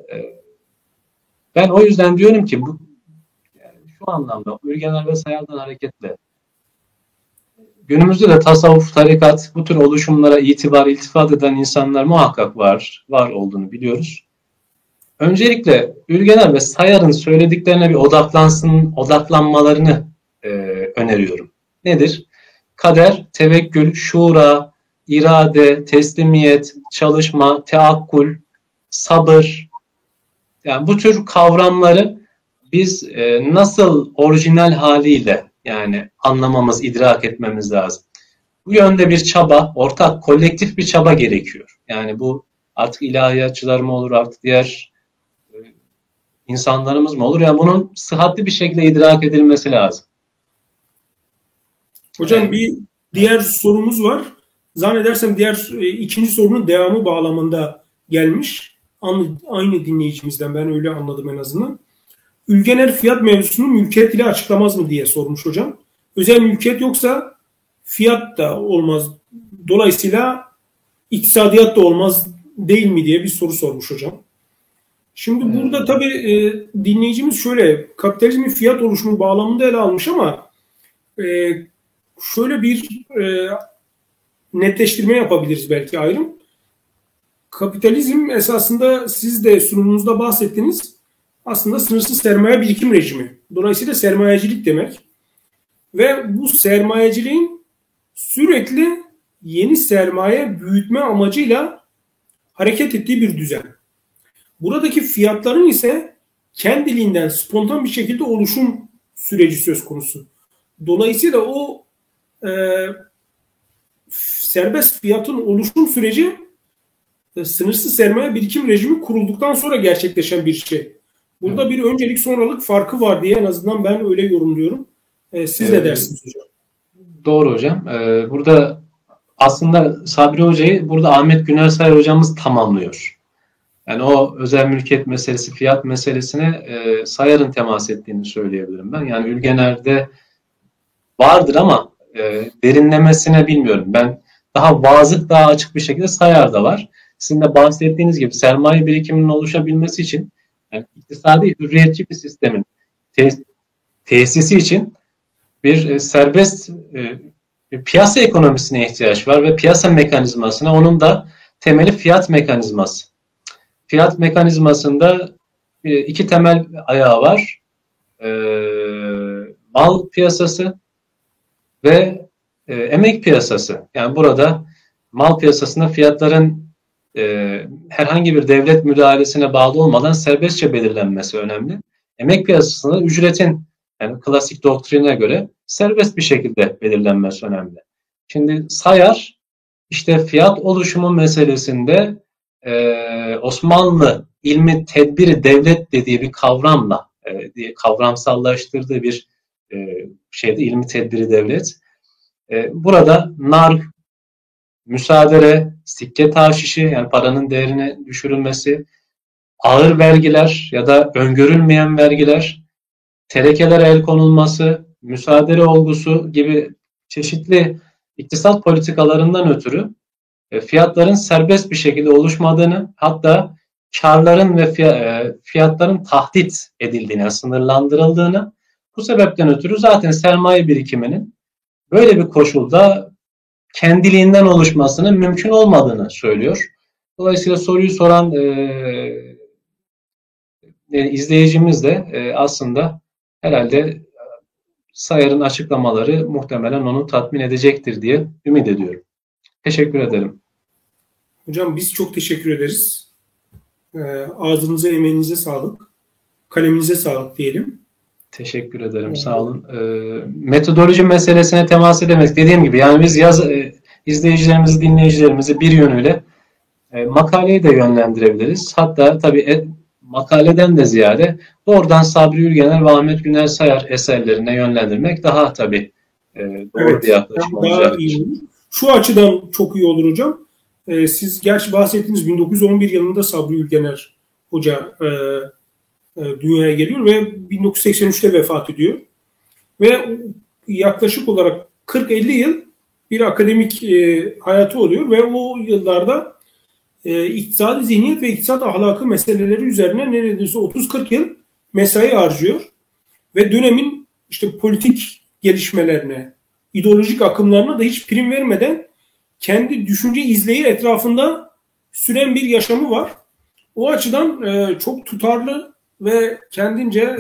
Ben o yüzden diyorum ki bu, yani şu anlamda Ülgener ve Sayar'dan hareketle günümüzde de tasavvuf, tarikat, bu tür oluşumlara iltifat eden insanlar muhakkak var olduğunu biliyoruz. Öncelikle Ülgener ve Sayar'ın söylediklerine bir odaklanmalarını öneriyorum. Nedir? Kader, tevekkül, şura, irade, teslimiyet, çalışma, teakkul, sabır, yani bu tür kavramları biz nasıl orijinal haliyle yani anlamamız, idrak etmemiz lazım. Bu yönde bir çaba, ortak, kolektif bir çaba gerekiyor. Yani bu artık ilahiyatçılar mı olur, artık diğer insanlarımız mı olur? Yani bunun sıhhatli bir şekilde idrak edilmesi lazım. Hocam bir diğer sorumuz var. Zannedersem ikinci sorunun devamı bağlamında gelmiş. Aynı dinleyicimizden ben öyle anladım en azından. Ülgener fiyat mevzusunu mülkiyet ile açıklamaz mı diye sormuş hocam. Özel mülkiyet yoksa fiyat da olmaz. Dolayısıyla iktisadiyat da olmaz değil mi diye bir soru sormuş hocam. Şimdi burada tabii dinleyicimiz şöyle, kapitalizmin fiyat oluşumu bağlamında ele almış ama şöyle bir netleştirme yapabiliriz belki ayrım. Kapitalizm esasında siz de sunumunuzda bahsettiniz. Aslında sınırsız sermaye birikim rejimi. Dolayısıyla sermayecilik demek. Ve bu sermayeciliğin sürekli yeni sermaye büyütme amacıyla hareket ettiği bir düzen. Buradaki fiyatların ise kendiliğinden spontan bir şekilde oluşum süreci söz konusu. Dolayısıyla o serbest fiyatın oluşum süreci sınırsız sermaye birikim rejimi kurulduktan sonra gerçekleşen bir şey. Burada bir öncelik sonralık farkı var diye en azından ben öyle yorumluyorum. Siz ne dersiniz hocam? Doğru hocam. Burada aslında Sabri Hoca'yı burada Ahmet Güner Sayar hocamız tamamlıyor. Yani o özel mülkiyet meselesi, fiyat meselesine Sayar'ın temas ettiğini söyleyebilirim ben. Yani Ülgener'de vardır ama derinlemesine bilmiyorum. Ben daha vazık, daha açık bir şekilde Sayar'da var. Sizin de bahsettiğiniz gibi sermaye birikiminin oluşabilmesi için yani iktisadi hürriyetçi bir sistemin tesisi için bir serbest piyasa ekonomisine ihtiyaç var ve piyasa mekanizmasına, onun da temeli fiyat mekanizması. Fiyat mekanizmasında iki temel ayağı var. Mal piyasası ve emek piyasası. Yani burada mal piyasasında fiyatların herhangi bir devlet müdahalesine bağlı olmadan serbestçe belirlenmesi önemli. Emek piyasasında ücretin, yani klasik doktrine göre serbest bir şekilde belirlenmesi önemli. Şimdi Sayar işte fiyat oluşumu meselesinde Osmanlı ilmi tedbiri devlet dediği bir kavramla kavramsallaştırdığı bir şeyde ilmi tedbiri devlet. Burada nar, müsaadele, sikke taşişi, yani paranın değerini düşürülmesi, ağır vergiler ya da öngörülmeyen vergiler, terekelere el konulması, müsaadele olgusu gibi çeşitli iktisat politikalarından ötürü fiyatların serbest bir şekilde oluşmadığını, hatta karların ve fiyatların tahdit edildiğini, sınırlandırıldığını, bu sebepten ötürü zaten sermaye birikiminin böyle bir koşulda kendiliğinden oluşmasının mümkün olmadığını söylüyor. Dolayısıyla soruyu soran izleyicimiz de aslında herhalde Sayar'ın açıklamaları muhtemelen onu tatmin edecektir diye ümit ediyorum. Teşekkür ederim. Hocam biz çok teşekkür ederiz. Ağzınıza, emeğinize sağlık. Kaleminize sağlık diyelim. Teşekkür ederim. Sağ olun. Metodoloji meselesine temas edemedik. Dediğim gibi yani biz izleyicilerimizi, dinleyicilerimizi bir yönüyle makaleyi de yönlendirebiliriz. Hatta tabii makaleden de ziyade doğrudan Sabri Ülgener ve Ahmet Güner Sayar eserlerine yönlendirmek daha tabii doğru bir yaklaşım olacak. Şu açıdan çok iyi olur hocam. Siz gerçi bahsettiğiniz 1911 yılında Sabri Ülgener Hoca dünyaya geliyor ve 1983'te vefat ediyor. Ve yaklaşık olarak 40-50 yıl bir akademik hayatı oluyor ve o yıllarda iktisadi zihniyet ve iktisat ahlakı meseleleri üzerine neredeyse 30-40 yıl mesai harcıyor. Ve dönemin işte politik gelişmelerine, ideolojik akımlarına da hiç prim vermeden kendi düşünce izleyi etrafında süren bir yaşamı var. O açıdan çok tutarlı ve kendince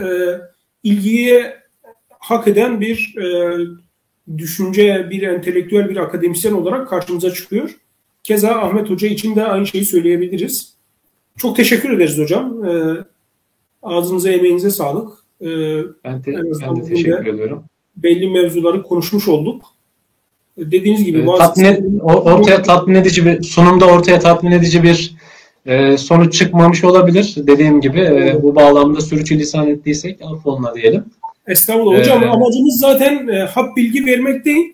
ilgiye hak eden bir düşünce, bir entelektüel, bir akademisyen olarak karşımıza çıkıyor. Keza Ahmet Hoca için de aynı şeyi söyleyebiliriz. Çok teşekkür ederiz hocam. Ağzınıza, emeğinize sağlık. Ben de teşekkür ediyorum. Belli mevzuları konuşmuş olduk. Dediğiniz gibi tatmin edici bir sunumda ortaya tatmin edici bir sonuç çıkmamış olabilir. Dediğim gibi bu bağlamda sürçülisan ettiysek affoluna diyelim. Estağfurullah hocam. Amacımız zaten hap bilgi vermek değil.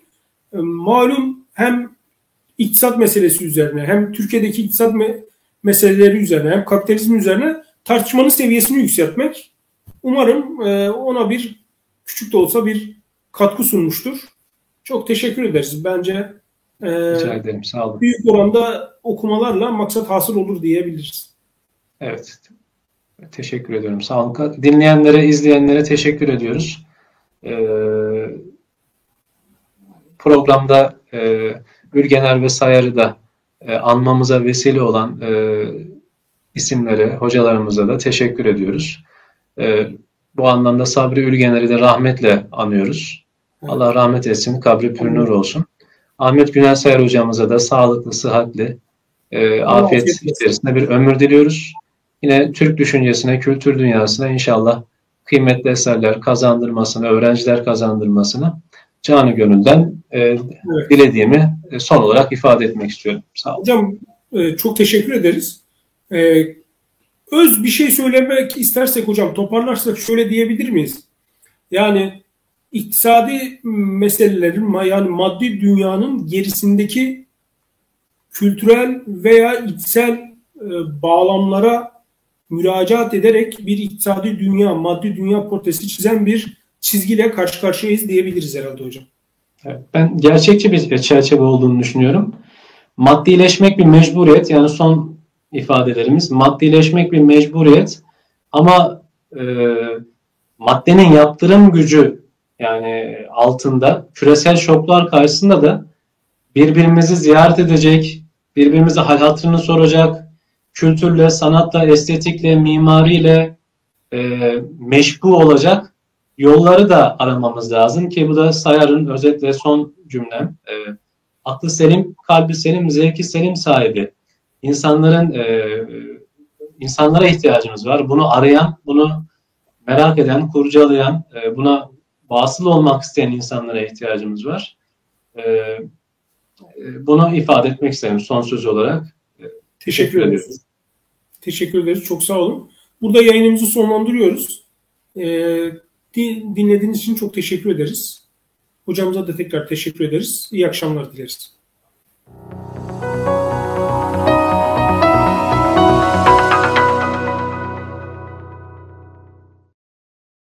Malum hem iktisat meselesi üzerine hem Türkiye'deki iktisat meseleleri üzerine hem kapitalizm üzerine tartışmanın seviyesini yükseltmek. Umarım ona bir küçük de olsa bir katkı sunmuştur. Çok teşekkür ederiz. Bence Rica ederim. Sağ olun. büyük oranda okumalarla maksat hasıl olur diyebiliriz. Evet. Teşekkür ediyorum. Sağ olun. Dinleyenlere, izleyenlere teşekkür ediyoruz. Programda Ülgener ve Sayar'ı da anmamıza vesile olan isimlere, hocalarımıza da teşekkür ediyoruz. Bu anlamda Sabri Ülgener'i de rahmetle anıyoruz. Evet. Allah rahmet etsin, kabri pürnür olsun. Ahmet Günel Sayar hocamıza da sağlıklı, sıhhatli, afiyet içerisinde bir ömür diliyoruz. Yine Türk düşüncesine, kültür dünyasına inşallah kıymetli eserler kazandırmasını, öğrenciler kazandırmasını canı gönülden dilediğimi son olarak ifade etmek istiyorum. Sağ olun. Hocam çok teşekkür ederiz. Öz bir şey söylemek istersek hocam, toparlarsak şöyle diyebilir miyiz? Yani iktisadi meselelerin, yani maddi dünyanın gerisindeki kültürel veya içsel bağlamlara müracaat ederek bir iktisadi dünya, maddi dünya portresi çizen bir çizgiyle karşı karşıyayız diyebiliriz herhalde hocam. Evet, ben gerçekçi bir çerçeve olduğunu düşünüyorum. Maddileşmek bir mecburiyet, yani son ifadelerimiz, maddileşmek bir mecburiyet ama maddenin yaptırım gücü, yani altında küresel şoklar karşısında da birbirimizi ziyaret edecek, birbirimize hal hatırını soracak, kültürle, sanatla, estetikle, mimariyle meşbu olacak yolları da aramamız lazım ki bu da Sayar'ın özetle son cümlem. Aklı selim, kalbi selim, zevki selim sahibi insanlara ihtiyacımız var. Bunu arayan, bunu merak eden, kurcalayan, buna vasıl olmak isteyen insanlara ihtiyacımız var. Bunu ifade etmek isterim son söz olarak. Teşekkür ederiz. Teşekkür ederiz. Çok sağ olun. Burada yayınımızı sonlandırıyoruz. Dinlediğiniz için çok teşekkür ederiz. Hocamıza da tekrar teşekkür ederiz. İyi akşamlar dileriz.